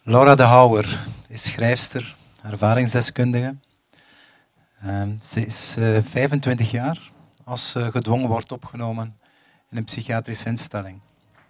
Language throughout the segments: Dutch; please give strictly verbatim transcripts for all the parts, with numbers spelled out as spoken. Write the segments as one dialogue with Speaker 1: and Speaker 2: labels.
Speaker 1: Laura De Houwer is schrijfster, ervaringsdeskundige. Um, ze is uh, vijfentwintig jaar als ze gedwongen wordt opgenomen in een psychiatrische instelling.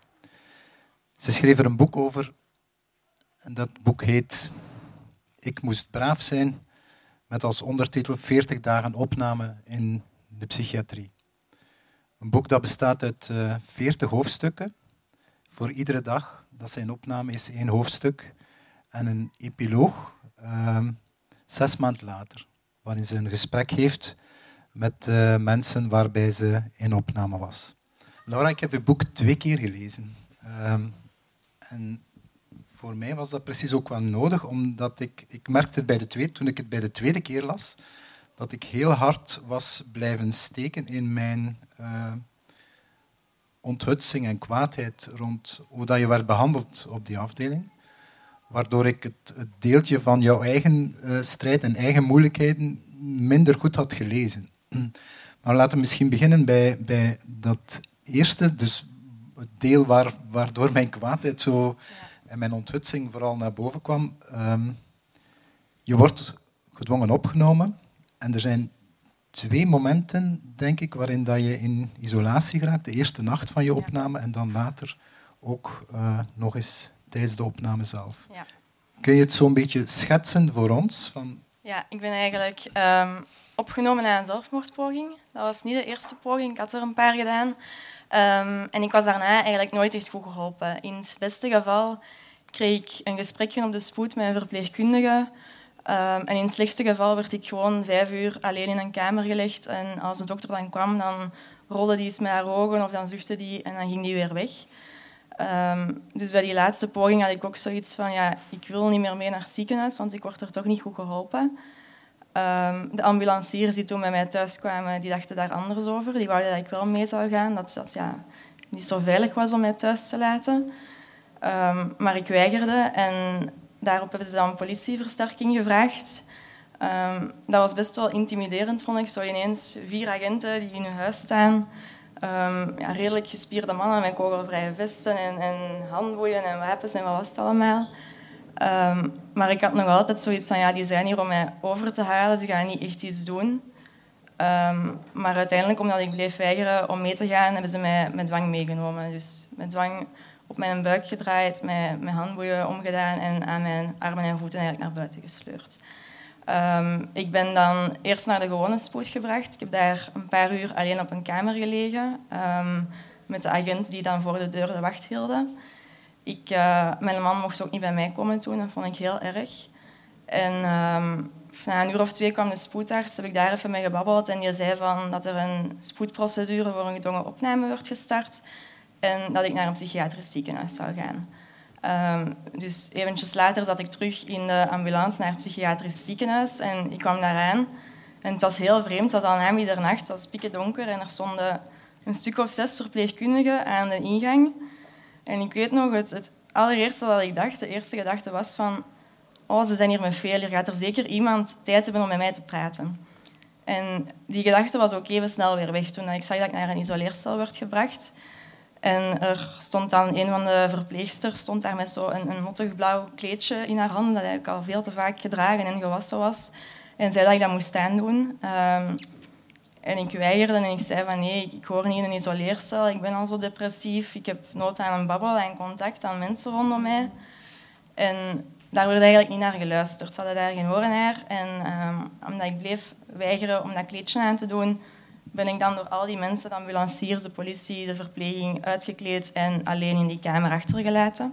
Speaker 1: Ze schreef er een boek over en dat boek heet Ik moest braaf zijn, met als ondertitel veertig dagen opname in de psychiatrie. Een boek dat bestaat uit uh, veertig hoofdstukken. Voor iedere dag dat zij in opname is één hoofdstuk. En een epiloog, uh, zes maanden later, waarin ze een gesprek heeft met uh, mensen waarbij ze in opname was. Laura, ik heb je boek twee keer gelezen. Um, en voor mij was dat precies ook wel nodig, omdat ik, ik merkte het bij de tweede, toen ik het bij de tweede keer las, dat ik heel hard was blijven steken in mijn uh, onthutsing en kwaadheid rond hoe dat je werd behandeld op die afdeling. Waardoor ik het, het deeltje van jouw eigen uh, strijd en eigen moeilijkheden minder goed had gelezen. Maar laten we misschien beginnen bij, bij dat eerste, dus het deel waar, waardoor mijn kwaadheid zo ja. en mijn onthutsing vooral naar boven kwam. Um, je wordt gedwongen opgenomen en er zijn twee momenten, denk ik, waarin dat je in isolatie geraakt. De eerste nacht van je opname en dan later ook uh, nog eens tijdens de opname zelf. Ja. Kun je het zo'n beetje schetsen voor ons? Van...
Speaker 2: Ja, ik ben eigenlijk um, opgenomen na een zelfmoordpoging. Dat was niet de eerste poging, ik had er een paar gedaan. Um, en ik was daarna eigenlijk nooit echt goed geholpen. In het beste geval kreeg ik een gesprekje op de spoed met een verpleegkundige. Um, en in het slechtste geval werd ik gewoon vijf uur alleen in een kamer gelegd. En als de dokter dan kwam, dan rolde die eens met haar ogen of dan zuchtte die en dan ging die weer weg. Um, dus bij die laatste poging had ik ook zoiets van, ja, ik wil niet meer mee naar het ziekenhuis, want ik word er toch niet goed geholpen. Um, de ambulanciers die toen bij mij thuis kwamen, die dachten daar anders over. Die wouden dat ik wel mee zou gaan, dat het ja, niet zo veilig was om mij thuis te laten. Um, maar ik weigerde en daarop hebben ze dan politieversterking gevraagd. Um, dat was best wel intimiderend, vond ik. Zo ineens vier agenten die in hun huis staan. Um, ja, redelijk gespierde mannen met kogelvrije vesten en, en handboeien en wapens en wat was het allemaal. Um, maar ik had nog altijd zoiets van, ja, die zijn hier om mij over te halen, ze gaan niet echt iets doen. Um, maar uiteindelijk, omdat ik bleef weigeren om mee te gaan, hebben ze mij met dwang meegenomen. Dus met dwang op mijn buik gedraaid, met, met handboeien omgedaan en aan mijn armen en voeten eigenlijk naar buiten gesleurd. Um, ik ben dan eerst naar de gewone spoed gebracht. Ik heb daar een paar uur alleen op een kamer gelegen, um, met de agent die dan voor de deur de wacht hielden. Ik, uh, mijn man mocht ook niet bij mij komen toen, dat vond ik heel erg. En um, na een uur of twee kwam de spoedarts, heb ik daar even mee gebabbeld en die zei van dat er een spoedprocedure voor een gedwongen opname werd gestart en dat ik naar een psychiatrisch ziekenhuis zou gaan. Um, dus eventjes later zat ik terug in de ambulance naar het psychiatrisch ziekenhuis en ik kwam daaraan. En het was heel vreemd, het was al na middernacht, het was pikken donker en er stonden een stuk of zes verpleegkundigen aan de ingang. En ik weet nog, het, het allereerste dat ik dacht, de eerste gedachte was van oh, ze zijn hier met veel, hier gaat er zeker iemand tijd hebben om met mij te praten. En die gedachte was ook even snel weer weg toen ik zag dat ik naar een isoleercel werd gebracht. En er stond dan een van de verpleegsters stond daar met zo een, een mottig blauw kleedje in haar hand, dat ik al veel te vaak gedragen en gewassen was. En zei dat ik dat moest aandoen. Um, en ik weigerde en ik zei van nee, ik hoor niet in een isoleercel, ik ben al zo depressief, ik heb nood aan een babbel, aan contact, aan mensen rondom mij. En daar werd eigenlijk niet naar geluisterd, ze hadden daar geen oren naar. En um, omdat ik bleef weigeren om dat kleedje aan te doen, ben ik dan door al die mensen, de ambulanciers, de politie, de verpleging, uitgekleed en alleen in die kamer achtergelaten.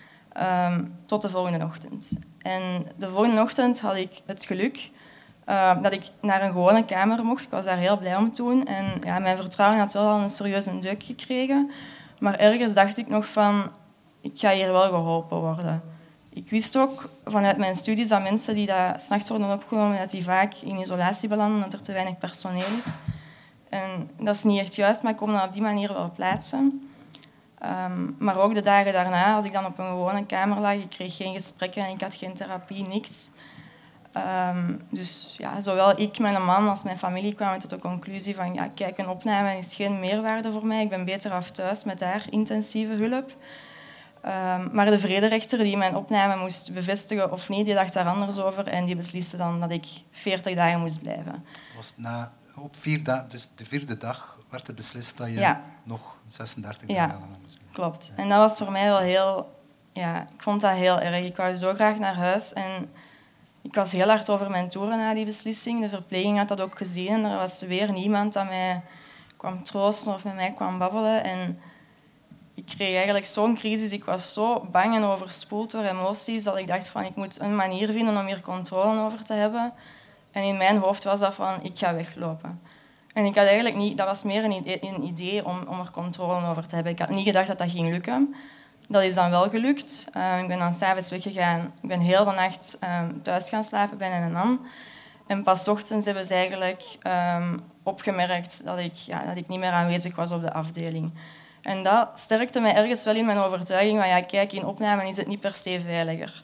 Speaker 2: Um, tot de volgende ochtend. En de volgende ochtend had ik het geluk uh, dat ik naar een gewone kamer mocht. Ik was daar heel blij om toen. En ja, mijn vertrouwen had wel al een serieuze deuk gekregen. Maar ergens dacht ik nog van, ik ga hier wel geholpen worden. Ik wist ook vanuit mijn studies dat mensen die daar 's nachts worden opgenomen, dat die vaak in isolatie belanden, dat er te weinig personeel is. En dat is niet echt juist, maar ik kon dat op die manier wel plaatsen. Um, maar ook de dagen daarna, als ik dan op een gewone kamer lag, ik kreeg geen gesprekken, ik had geen therapie, niks. Um, dus ja, zowel ik, mijn man als mijn familie kwamen tot de conclusie van ja, kijk, een opname is geen meerwaarde voor mij. Ik ben beter af thuis met haar intensieve hulp. Um, maar de vrederechter die mijn opname moest bevestigen of niet, die dacht daar anders over en die besliste dan dat ik veertig dagen moest blijven.
Speaker 1: Het was na, op vier dagen, dus de vierde dag werd er beslist dat je
Speaker 2: ja.
Speaker 1: nog zesendertig
Speaker 2: ja,
Speaker 1: dagen langer moest blijven.
Speaker 2: Klopt. Ja. En dat was voor mij wel heel... Ja, ik vond dat heel erg. Ik wou zo graag naar huis en ik was heel hard over mijn toeren na die beslissing. De verpleging had dat ook gezien en er was weer niemand dat mij kwam troosten of met mij kwam babbelen. En ik kreeg eigenlijk zo'n crisis. Ik was zo bang en overspoeld door emoties dat ik dacht van ik moet een manier vinden om hier controle over te hebben. En in mijn hoofd was dat van ik ga weglopen. En ik had eigenlijk niet, dat was meer een idee om, om er controle over te hebben. Ik had niet gedacht dat dat ging lukken. Dat is dan wel gelukt. Uh, ik ben dan 's avonds weggegaan. Ik ben heel de nacht um, thuis gaan slapen bij een man. En pas 's ochtends hebben ze eigenlijk um, opgemerkt dat ik, ja, dat ik niet meer aanwezig was op de afdeling. En dat sterkte mij ergens wel in mijn overtuiging van ja, kijk, in opname is het niet per se veiliger.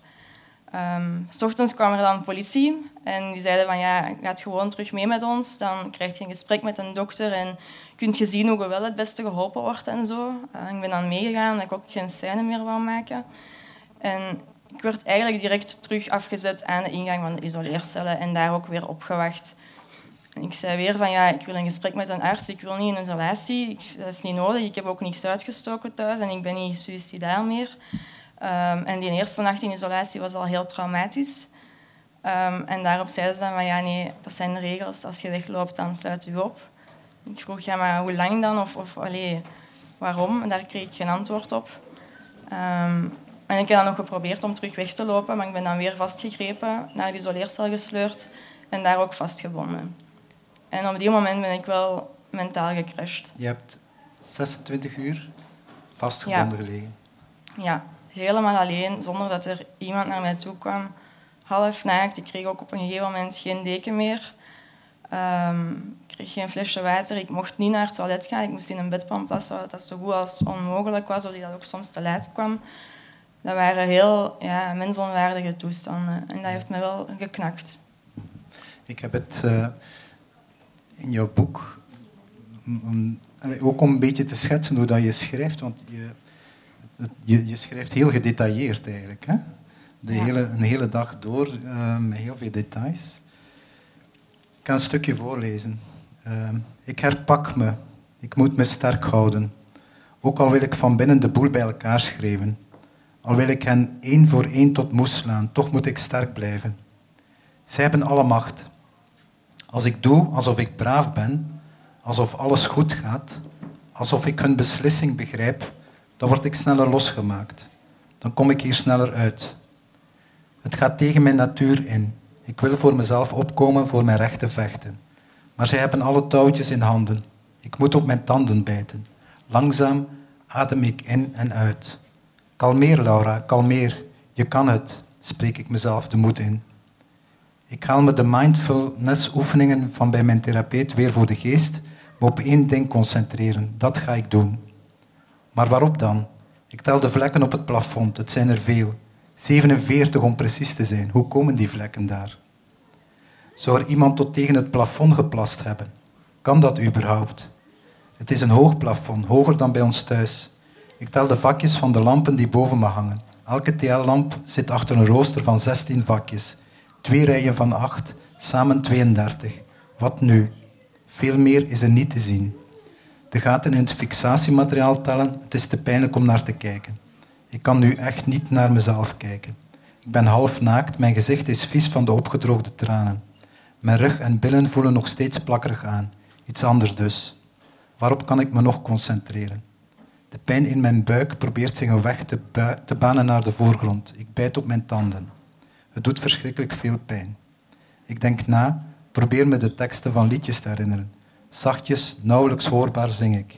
Speaker 2: Um, 's ochtends kwam er dan politie en die zeiden van ja, je gaat gewoon terug mee met ons. Dan krijg je een gesprek met een dokter en kun je zien hoe je wel het beste geholpen wordt en zo. Uh, ik ben dan meegegaan omdat ik ook geen scène meer wou maken. En ik werd eigenlijk direct terug afgezet aan de ingang van de isoleercellen en daar ook weer opgewacht. En ik zei weer van ja, ik wil een gesprek met een arts, ik wil niet in isolatie. Ik, dat is niet nodig, ik heb ook niks uitgestoken thuis en ik ben niet suïcidaal meer. Um, en die eerste nacht in isolatie was al heel traumatisch. Um, en daarop zeiden ze dan van ja, nee, dat zijn de regels. Als je wegloopt, dan sluit je op. Ik vroeg, ja, maar hoe lang dan? Of, of allee, waarom? En daar kreeg ik geen antwoord op. Um, en ik heb dan nog geprobeerd om terug weg te lopen, maar ik ben dan weer vastgegrepen, naar de isoleercel gesleurd en daar ook vastgebonden. En op die moment ben ik wel mentaal gecrashed.
Speaker 1: Je hebt zesentwintig uur vastgebonden ja. gelegen?
Speaker 2: Ja, helemaal alleen, zonder dat er iemand naar mij toe kwam. Half naakt. Ik kreeg ook op een gegeven moment geen deken meer. Um, ik kreeg geen flesje water. Ik mocht niet naar het toilet gaan. Ik moest in een bedpan plassen, wat dat zo goed als onmogelijk was, omdat dat ook soms te laat kwam. Dat waren heel ja, mensonwaardige toestanden. En dat heeft me wel geknakt.
Speaker 1: Ik heb het uh, in jouw boek, um, ook om een beetje te schetsen hoe dat je schrijft, want je, je, je schrijft heel gedetailleerd eigenlijk, hè? De ja. hele, een hele dag door, uh, met heel veel details. Ik kan een stukje voorlezen. Uh, ik herpak me. Ik moet me sterk houden. Ook al wil ik van binnen de boel bij elkaar schreeuwen. Al wil ik hen één voor één tot moes slaan, toch moet ik sterk blijven. Zij hebben alle macht. Als ik doe alsof ik braaf ben, alsof alles goed gaat, alsof ik hun beslissing begrijp, dan word ik sneller losgemaakt. Dan kom ik hier sneller uit. Het gaat tegen mijn natuur in. Ik wil voor mezelf opkomen, voor mijn rechten vechten. Maar zij hebben alle touwtjes in handen. Ik moet op mijn tanden bijten. Langzaam adem ik in en uit. Kalmeer, Laura, kalmeer. Je kan het, spreek ik mezelf de moed in. Ik haal me de mindfulness-oefeningen van bij mijn therapeut weer voor de geest, me op één ding concentreren. Dat ga ik doen. Maar waarop dan? Ik tel de vlekken op het plafond. Het zijn er veel. zevenenveertig om precies te zijn. Hoe komen die vlekken daar? Zou er iemand tot tegen het plafond geplast hebben? Kan dat überhaupt? Het is een hoog plafond, hoger dan bij ons thuis. Ik tel de vakjes van de lampen die boven me hangen. Elke T L-lamp zit achter een rooster van zestien vakjes. Twee rijen van acht, samen tweeëndertig. Wat nu? Veel meer is er niet te zien. De gaten in het fixatiemateriaal tellen, het is te pijnlijk om naar te kijken. Ik kan nu echt niet naar mezelf kijken. Ik ben half naakt, mijn gezicht is vies van de opgedroogde tranen. Mijn rug en billen voelen nog steeds plakkerig aan. Iets anders dus. Waarop kan ik me nog concentreren? De pijn in mijn buik probeert zich een weg te, bui- te banen naar de voorgrond. Ik bijt op mijn tanden. Het doet verschrikkelijk veel pijn. Ik denk na, probeer me de teksten van liedjes te herinneren. Zachtjes, nauwelijks hoorbaar zing ik.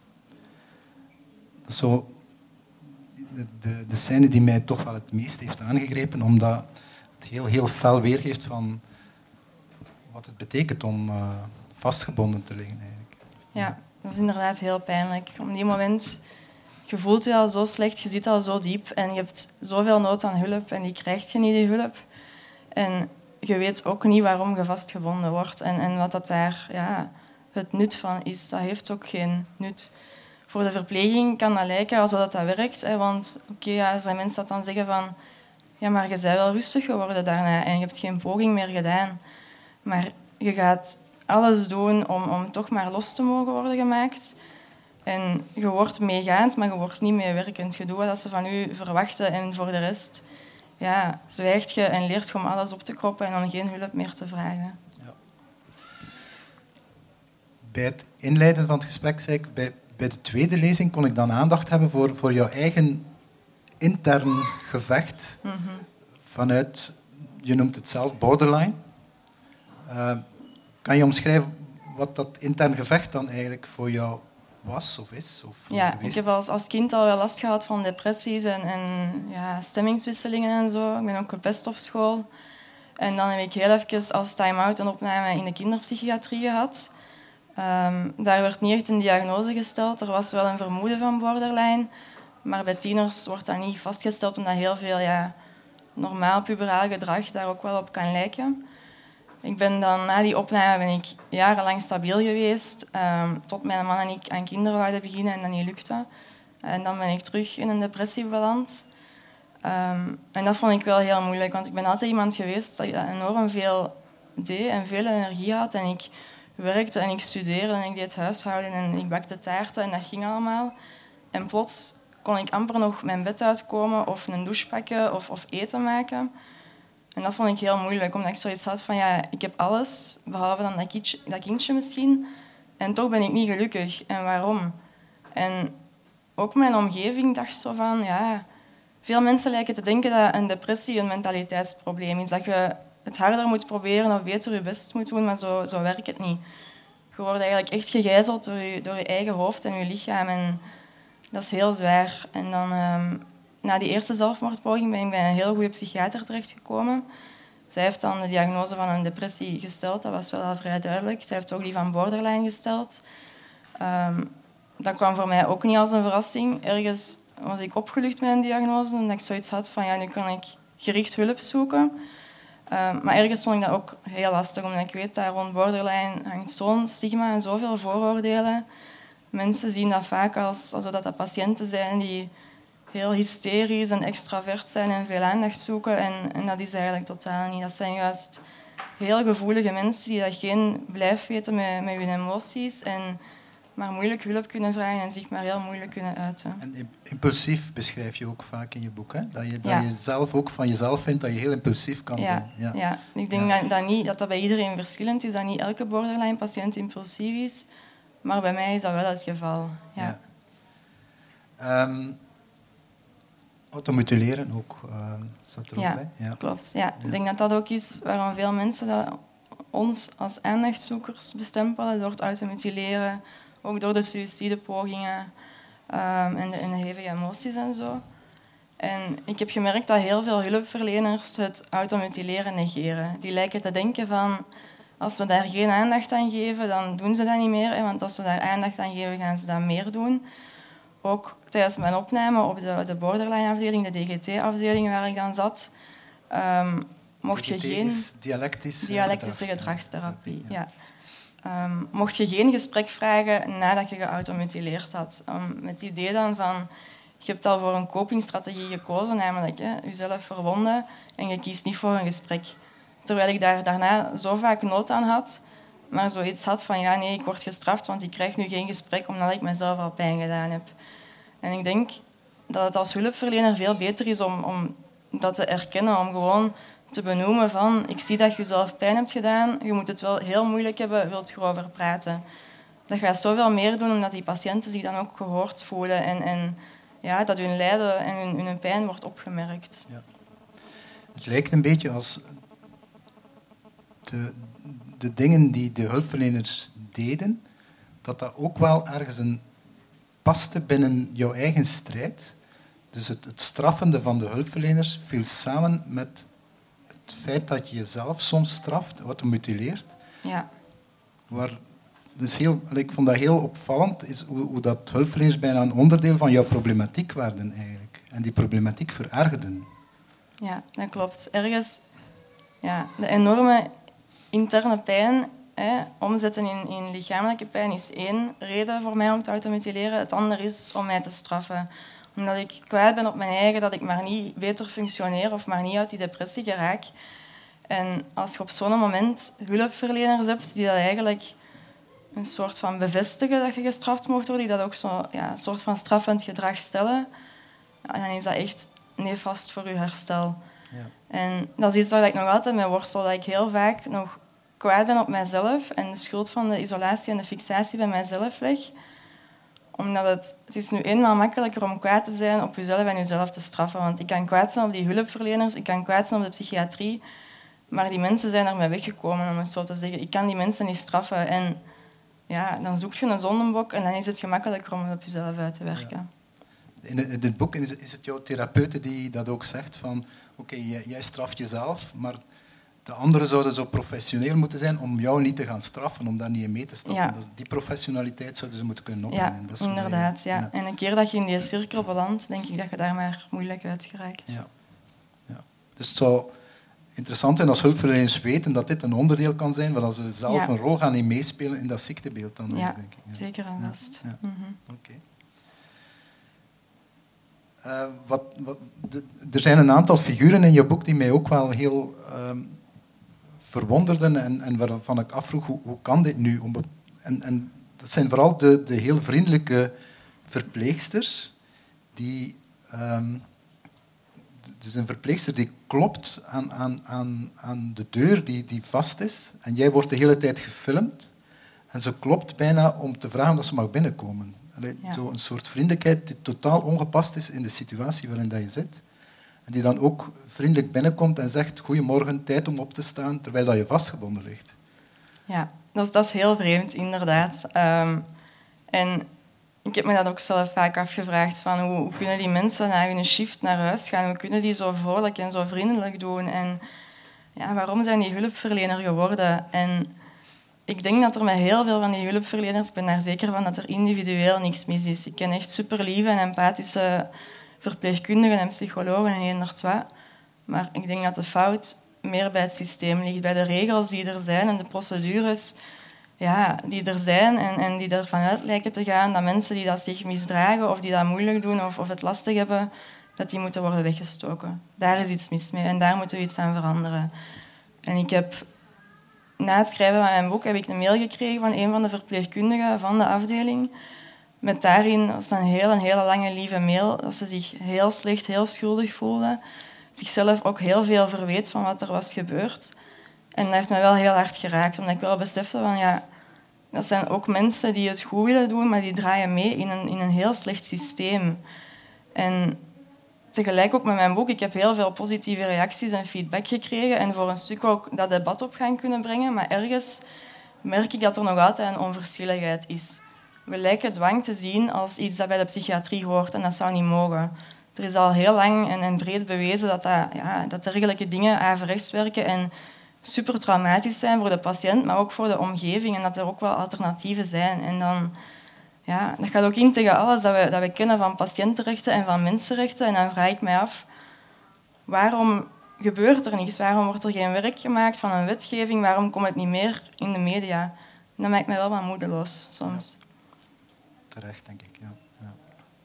Speaker 1: Zo, de, de, de scène die mij toch wel het meest heeft aangegrepen, omdat het heel, heel fel weergeeft van wat het betekent om uh, vastgebonden te liggen eigenlijk.
Speaker 2: Ja, dat is inderdaad heel pijnlijk. Op die moment, je voelt je al zo slecht, je zit al zo diep en je hebt zoveel nood aan hulp en die krijg je niet, die hulp. En je weet ook niet waarom je vastgebonden wordt en, en wat dat daar ja, het nut van is. Dat heeft ook geen nut. voor de verpleging kan dat lijken alsof dat, dat werkt. Hè, want oké, okay, ja, er zijn mensen dat dan zeggen van... Ja, maar je bent wel rustig geworden daarna en je hebt geen poging meer gedaan. Maar je gaat alles doen om, om toch maar los te mogen worden gemaakt. En je wordt meegaand, maar je wordt niet meewerkend. Je doet wat ze van je verwachten en voor de rest ja, zwijgt je en leert je om alles op te kroppen en dan geen hulp meer te vragen. Ja.
Speaker 1: Bij het inleiden van het gesprek zei ik, bij, bij de tweede lezing kon ik dan aandacht hebben voor, voor jouw eigen intern gevecht mm-hmm. vanuit, je noemt het zelf, borderline. Uh, kan je omschrijven wat dat intern gevecht dan eigenlijk voor jou was of is? Of
Speaker 2: ja,
Speaker 1: geweest?
Speaker 2: Ik heb als, als kind al wel last gehad van depressies en, en ja, stemmingswisselingen en zo. Ik ben ook gepest op school. En dan heb ik heel even als time-out een opname in de kinderpsychiatrie gehad. Um, daar werd niet echt een diagnose gesteld. Er was wel een vermoeden van borderline. Maar bij tieners wordt dat niet vastgesteld, omdat heel veel ja, normaal puberaal gedrag daar ook wel op kan lijken. Ik ben dan, na die opname ben ik jarenlang stabiel geweest, um, tot mijn man en ik aan kinderen wilden beginnen en dat niet lukte. En dan ben ik terug in een depressie beland. Um, en dat vond ik wel heel moeilijk, want ik ben altijd iemand geweest dat enorm veel deed en veel energie had. En ik werkte en ik studeerde en ik deed huishouden en ik bakte taarten en dat ging allemaal. En plots kon ik amper nog mijn bed uitkomen of een douche pakken of, of eten maken. En dat vond ik heel moeilijk, omdat ik zoiets had van ja, ik heb alles, behalve dan dat kindje, dat kindje misschien. En toch ben ik niet gelukkig. En waarom? En ook mijn omgeving dacht zo van ja, veel mensen lijken te denken dat een depressie een mentaliteitsprobleem is. Dat je het harder moet proberen of beter je best moet doen, maar zo, zo werkt het niet. Je wordt eigenlijk echt gegijzeld door je, door je eigen hoofd en je lichaam. En dat is heel zwaar. En dan... Um, Na die eerste zelfmoordpoging ben ik bij een heel goede psychiater terechtgekomen. Zij heeft dan de diagnose van een depressie gesteld, dat was wel al vrij duidelijk. Zij heeft ook die van borderline gesteld. Um, dat kwam voor mij ook niet als een verrassing. Ergens was ik opgelucht met een diagnose en dat ik zoiets had van ja, nu kan ik gericht hulp zoeken. Um, maar ergens vond ik dat ook heel lastig, omdat ik weet dat rond borderline hangt zo'n stigma en zoveel vooroordelen. Mensen zien dat vaak als alsof dat, dat patiënten zijn die heel hysterisch en extravert zijn en veel aandacht zoeken. En, en dat is eigenlijk totaal niet. Dat zijn juist heel gevoelige mensen die dat geen blijf weten met, met hun emoties en maar moeilijk hulp kunnen vragen en zich maar heel moeilijk kunnen uiten.
Speaker 1: En impulsief beschrijf je ook vaak in je boek, hè? Dat je, dat
Speaker 2: ja.
Speaker 1: je zelf ook van jezelf vindt dat je heel impulsief kan
Speaker 2: ja.
Speaker 1: zijn. Ja.
Speaker 2: ja, ik denk
Speaker 1: ja.
Speaker 2: dat, dat, niet, dat dat bij iedereen verschillend is, dat niet elke borderline-patiënt impulsief is, maar bij mij is dat wel het geval. Ja.
Speaker 1: Ja. Um, Automutileren ook, uh, staat er ook
Speaker 2: ja,
Speaker 1: bij. Ja,
Speaker 2: klopt. Ja. Ja. Ik denk dat dat ook is waarom veel mensen dat ons als aandachtzoekers bestempelen, door het automutileren, ook door de suïcidepogingen um, en, de, en de hevige emoties en zo. En ik heb gemerkt dat heel veel hulpverleners het automutileren negeren. Die lijken te denken van, als we daar geen aandacht aan geven, dan doen ze dat niet meer. Want als we daar aandacht aan geven, gaan ze dat meer doen. Ook tijdens mijn opname op de, de borderline-afdeling, de D G T-afdeling waar ik dan zat, um, mocht je geen...
Speaker 1: Is dialectische,
Speaker 2: dialectische gedragstherapie. Ja. Ja. Um, mocht je geen gesprek vragen nadat je geautomutileerd had. Um, met het idee dan van, je hebt al voor een copingstrategie gekozen, namelijk hè, jezelf verwonden, en je kiest niet voor een gesprek. Terwijl ik daar daarna zo vaak nood aan had, maar zoiets had van, ja nee, ik word gestraft, want ik krijg nu geen gesprek omdat ik mezelf al pijn gedaan heb. En ik denk dat het als hulpverlener veel beter is om, om dat te erkennen, om gewoon te benoemen van, ik zie dat je zelf pijn hebt gedaan, je moet het wel heel moeilijk hebben, wilt je erover praten. Dat gaat zoveel meer doen, omdat die patiënten zich dan ook gehoord voelen en, en ja, dat hun lijden en hun, hun pijn wordt opgemerkt. Ja.
Speaker 1: Het lijkt een beetje als de, de dingen die de hulpverleners deden, dat dat ook wel ergens een paste binnen jouw eigen strijd. Dus het, het straffende van de hulpverleners viel samen met het feit dat je jezelf soms straft, automutileert.
Speaker 2: Ja.
Speaker 1: Waar, dus heel, ik vond dat heel opvallend, is hoe, hoe dat hulpverleners bijna een onderdeel van jouw problematiek werden eigenlijk. En die problematiek verergerden.
Speaker 2: Ja, dat klopt. Ergens, ja, de enorme interne pijn hè, omzetten in, in lichamelijke pijn is één reden voor mij om te automutileren. Het andere is om mij te straffen. Omdat ik kwijt ben op mijn eigen, dat ik maar niet beter functioneer of maar niet uit die depressie geraak. En als je op zo'n moment hulpverleners hebt die dat eigenlijk een soort van bevestigen dat je gestraft mocht worden, die dat ook zo, ja, een soort van straffend gedrag stellen, ja, dan is dat echt nefast voor je herstel. Ja. En dat is iets waar ik nog altijd mee worstel, dat ik heel vaak nog kwijt ben op mijzelf en de schuld van de isolatie en de fixatie bij mijzelf leg. Omdat het, het is nu eenmaal makkelijker om kwijt te zijn op jezelf en jezelf te straffen. Want ik kan kwijt zijn op die hulpverleners, ik kan kwijt zijn op de psychiatrie, maar die mensen zijn ermee weggekomen, om het zo te zeggen. Ik kan die mensen niet straffen. En ja, dan zoek je een zondebok en dan is het gemakkelijker om het op jezelf uit te werken.
Speaker 1: Ja. In het boek is het jouw therapeute die dat ook zegt van oké, okay, jij straft jezelf, maar de anderen zouden zo professioneel moeten zijn om jou niet te gaan straffen, om daar niet in mee te stappen. Ja. Dus die professionaliteit zouden ze moeten kunnen opbrengen.
Speaker 2: Ja,
Speaker 1: dat
Speaker 2: is inderdaad. Ja. Ja. En een keer dat je in die cirkel belandt, denk ik dat je daar maar moeilijk uit geraakt.
Speaker 1: Ja. Ja. Dus het zou interessant zijn als hulpverleners weten dat dit een onderdeel kan zijn, waar ze zelf ja. een rol gaan in meespelen in dat ziektebeeld. Dan,
Speaker 2: ja,
Speaker 1: denk ik. Ja,
Speaker 2: zeker en vast. Ja. Ja. Mm-hmm.
Speaker 1: Oké. Okay. Uh, wat, wat, de, er zijn een aantal figuren in je boek die mij ook wel heel um, verwonderden en, en waarvan ik afvroeg, hoe, hoe kan dit nu? En, en dat zijn vooral de, de heel vriendelijke verpleegsters die... Um, dus een verpleegster die klopt aan, aan, aan, aan de deur die, die vast is en jij wordt de hele tijd gefilmd en ze klopt bijna om te vragen of ze mag binnenkomen. Allee, ja. Zo een soort vriendelijkheid die totaal ongepast is in de situatie waarin dat je zit. En die dan ook vriendelijk binnenkomt en zegt goedemorgen, tijd om op te staan, terwijl dat je vastgebonden ligt.
Speaker 2: Ja, dat is, dat is heel vreemd, inderdaad. Um, en ik heb me dat ook zelf vaak afgevraagd, van hoe, hoe kunnen die mensen na hun shift naar huis gaan? Hoe kunnen die zo vrolijk en zo vriendelijk doen? En ja, waarom zijn die hulpverlener geworden? En ik denk dat er met heel veel van die hulpverleners, ik ben daar zeker van, dat er individueel niks mis is. Ik ken echt superlieve en empathische verpleegkundigen en psychologen en eender wat. Maar ik denk dat de fout meer bij het systeem ligt, bij de regels die er zijn en de procedures ja, die er zijn en, en die ervan uit lijken te gaan dat mensen die dat zich misdragen of die dat moeilijk doen of, of het lastig hebben, dat die moeten worden weggestoken. Daar is iets mis mee en daar moeten we iets aan veranderen. En ik heb... Na het schrijven van mijn boek heb ik een mail gekregen van een van de verpleegkundigen van de afdeling. Met daarin, dat is een hele, hele lange lieve mail, dat ze zich heel slecht, heel schuldig voelde. Zichzelf ook heel veel verweet van wat er was gebeurd. En dat heeft me wel heel hard geraakt, omdat ik wel besefte van ja, dat zijn ook mensen die het goed willen doen, maar die draaien mee in een, in een heel slecht systeem. En tegelijk ook met mijn boek, ik heb heel veel positieve reacties en feedback gekregen en voor een stuk ook dat debat op gaan kunnen brengen, maar ergens merk ik dat er nog altijd een onverschilligheid is. We lijken dwang te zien als iets dat bij de psychiatrie hoort en dat zou niet mogen. Er is al heel lang en, en breed bewezen dat, dat, ja, dat dergelijke dingen averechts werken en super traumatisch zijn voor de patiënt, maar ook voor de omgeving en dat er ook wel alternatieven zijn. En dan... Ja, dat gaat ook in tegen alles dat we, dat we kennen van patiëntenrechten en van mensenrechten. En dan vraag ik mij af, waarom gebeurt er niets? Waarom wordt er geen werk gemaakt van een wetgeving? Waarom komt het niet meer in de media? En dat maakt mij wel wat moedeloos soms.
Speaker 1: Ja. Terecht, denk ik, ja. ja.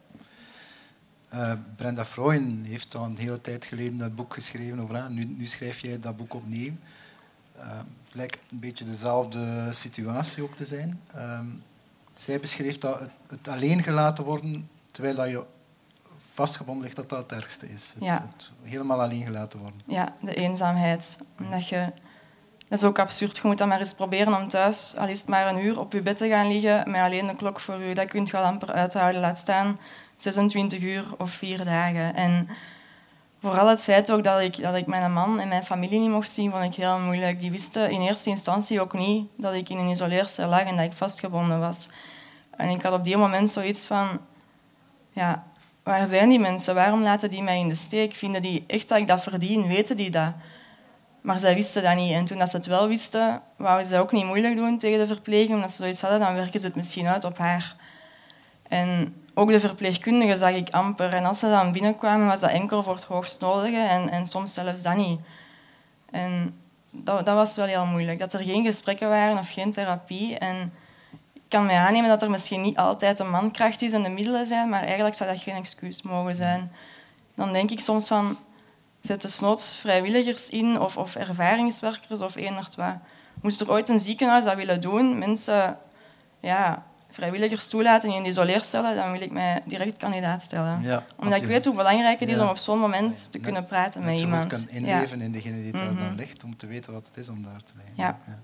Speaker 1: Uh, Brenda Freuen heeft al een hele tijd geleden dat boek geschreven over haar. Nu, nu schrijf jij dat boek opnieuw. Uh, het lijkt een beetje dezelfde situatie ook te zijn. Uh, Zij beschreef dat het, het alleen gelaten worden terwijl dat je vastgebonden ligt, dat dat het ergste is. Het,
Speaker 2: ja.
Speaker 1: het helemaal alleen gelaten worden.
Speaker 2: Ja, de eenzaamheid. Omdat je, dat is ook absurd. Je moet dan maar eens proberen om thuis, al is het maar een uur, op je bed te gaan liggen met alleen de klok voor je. Dat kun je al amper uithouden. Laat staan zesentwintig uur of vier dagen. En vooral het feit ook dat ik, dat ik mijn man en mijn familie niet mocht zien, vond ik heel moeilijk. Die wisten in eerste instantie ook niet dat ik in een isoleercel lag en dat ik vastgebonden was. En ik had op die moment zoiets van... Ja, waar zijn die mensen? Waarom laten die mij in de steek? Vinden die echt dat ik dat verdien? Weten die dat? Maar zij wisten dat niet. En toen dat ze het wel wisten, wouden ze ook niet moeilijk doen tegen de verpleging. Omdat ze zoiets hadden, dan werken ze het misschien uit op haar. En... Ook de verpleegkundigen zag ik amper. En als ze dan binnenkwamen, was dat enkel voor het hoogst nodige en, en soms zelfs dat niet. En dat, dat was wel heel moeilijk. Dat er geen gesprekken waren of geen therapie. En ik kan mij aannemen dat er misschien niet altijd de mankracht is en de middelen zijn, maar eigenlijk zou dat geen excuus mogen zijn. Dan denk ik soms van, zet desnoods vrijwilligers in of, of ervaringswerkers of eender wat. Moest er ooit een ziekenhuis dat willen doen, mensen ja, vrijwilligers toelaten in isoleercellen, dan wil ik mij direct kandidaat stellen.
Speaker 1: Ja,
Speaker 2: Omdat
Speaker 1: je,
Speaker 2: ik weet hoe belangrijk het is
Speaker 1: ja,
Speaker 2: om op zo'n moment te
Speaker 1: net,
Speaker 2: kunnen praten met
Speaker 1: net
Speaker 2: iemand.
Speaker 1: Net zo goed kan inleven
Speaker 2: ja.
Speaker 1: in degene die daar
Speaker 2: mm-hmm.
Speaker 1: dan ligt, om te weten wat het is om daar te liggen.
Speaker 2: Ja.
Speaker 1: Ja.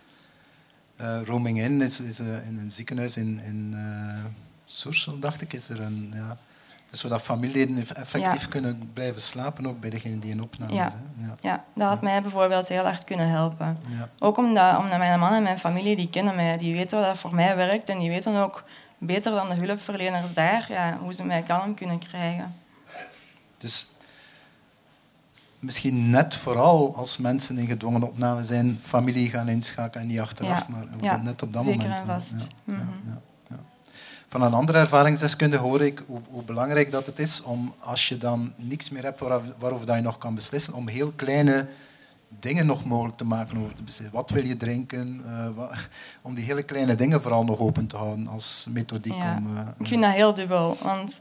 Speaker 1: Uh, roaming in is, is uh, in een ziekenhuis in, in uh, Soersel, dacht ik, is er een... Ja, dus zodat familieleden effectief ja. kunnen blijven slapen, ook bij degene die in opname
Speaker 2: ja.
Speaker 1: zijn. Ja.
Speaker 2: ja, dat had ja. mij bijvoorbeeld heel hard kunnen helpen.
Speaker 1: Ja.
Speaker 2: Ook omdat, omdat mijn man en mijn familie, die kennen mij, die weten wat voor mij werkt en die weten ook beter dan de hulpverleners daar ja, hoe ze mij kalm kunnen krijgen.
Speaker 1: Dus misschien net vooral als mensen in gedwongen opname zijn, familie gaan inschakelen en niet achteraf,
Speaker 2: ja.
Speaker 1: maar
Speaker 2: ja.
Speaker 1: net op dat
Speaker 2: Zeker
Speaker 1: moment.
Speaker 2: Zeker en vast.
Speaker 1: Ja.
Speaker 2: Mm-hmm.
Speaker 1: Ja. Ja. Ja. Van een andere ervaringsdeskundige hoor ik hoe, hoe belangrijk dat het is om, als je dan niks meer hebt waarover, waarover dat je nog kan beslissen, om heel kleine dingen nog mogelijk te maken over te beslissen. Wat wil je drinken? Uh, wat, om die hele kleine dingen vooral nog open te houden als methodiek.
Speaker 2: Ja.
Speaker 1: Om, uh,
Speaker 2: ik vind dat heel dubbel, want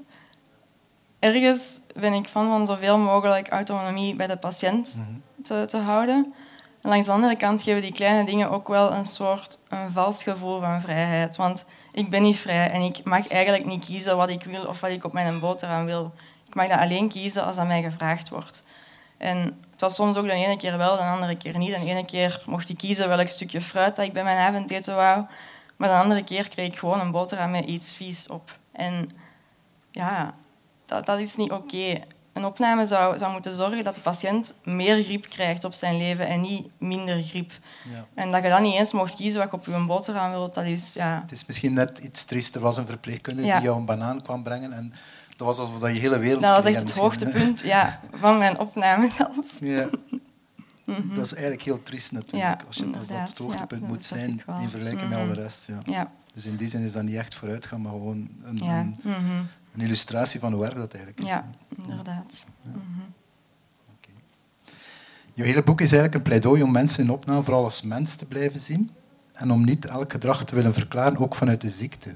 Speaker 2: ergens ben ik van van zoveel mogelijk autonomie bij de patiënt mm-hmm. te, te houden. En langs de andere kant geven die kleine dingen ook wel een soort een vals gevoel van vrijheid. Want ik ben niet vrij en ik mag eigenlijk niet kiezen wat ik wil of wat ik op mijn boterham wil. Ik mag dat alleen kiezen als dat mij gevraagd wordt. En het was soms ook de ene keer wel, de andere keer niet. De ene keer mocht ik kiezen welk stukje fruit dat ik bij mijn avondeten wou. Maar de andere keer kreeg ik gewoon een boterham met iets vies op. En ja, dat, dat is niet oké. Okay. Een opname zou, zou moeten zorgen dat de patiënt meer grip krijgt op zijn leven en niet minder grip. Ja. En dat je dan niet eens mocht kiezen wat je op je boterham wilt, dat is... Ja.
Speaker 1: Het is misschien net iets triest. Er was een verpleegkundige ja. die jou een banaan kwam brengen en dat was alsof dat je hele wereld...
Speaker 2: Dat was echt het hoogtepunt ja, van mijn opname zelfs.
Speaker 1: Ja. Mm-hmm. Dat is eigenlijk heel triest natuurlijk,
Speaker 2: ja,
Speaker 1: als, je, als dat het hoogtepunt ja, moet zijn in vergelijking mm-hmm. met al de rest. Ja.
Speaker 2: Ja.
Speaker 1: Dus in die zin is dat niet echt vooruitgaan, maar gewoon een,
Speaker 2: ja.
Speaker 1: een,
Speaker 2: mm-hmm.
Speaker 1: een illustratie van hoe erg dat eigenlijk is.
Speaker 2: Ja, inderdaad. Ja. Mm-hmm.
Speaker 1: Okay. Je hele boek is eigenlijk een pleidooi om mensen in opname vooral als mens te blijven zien en om niet elk gedrag te willen verklaren, ook vanuit de ziekte.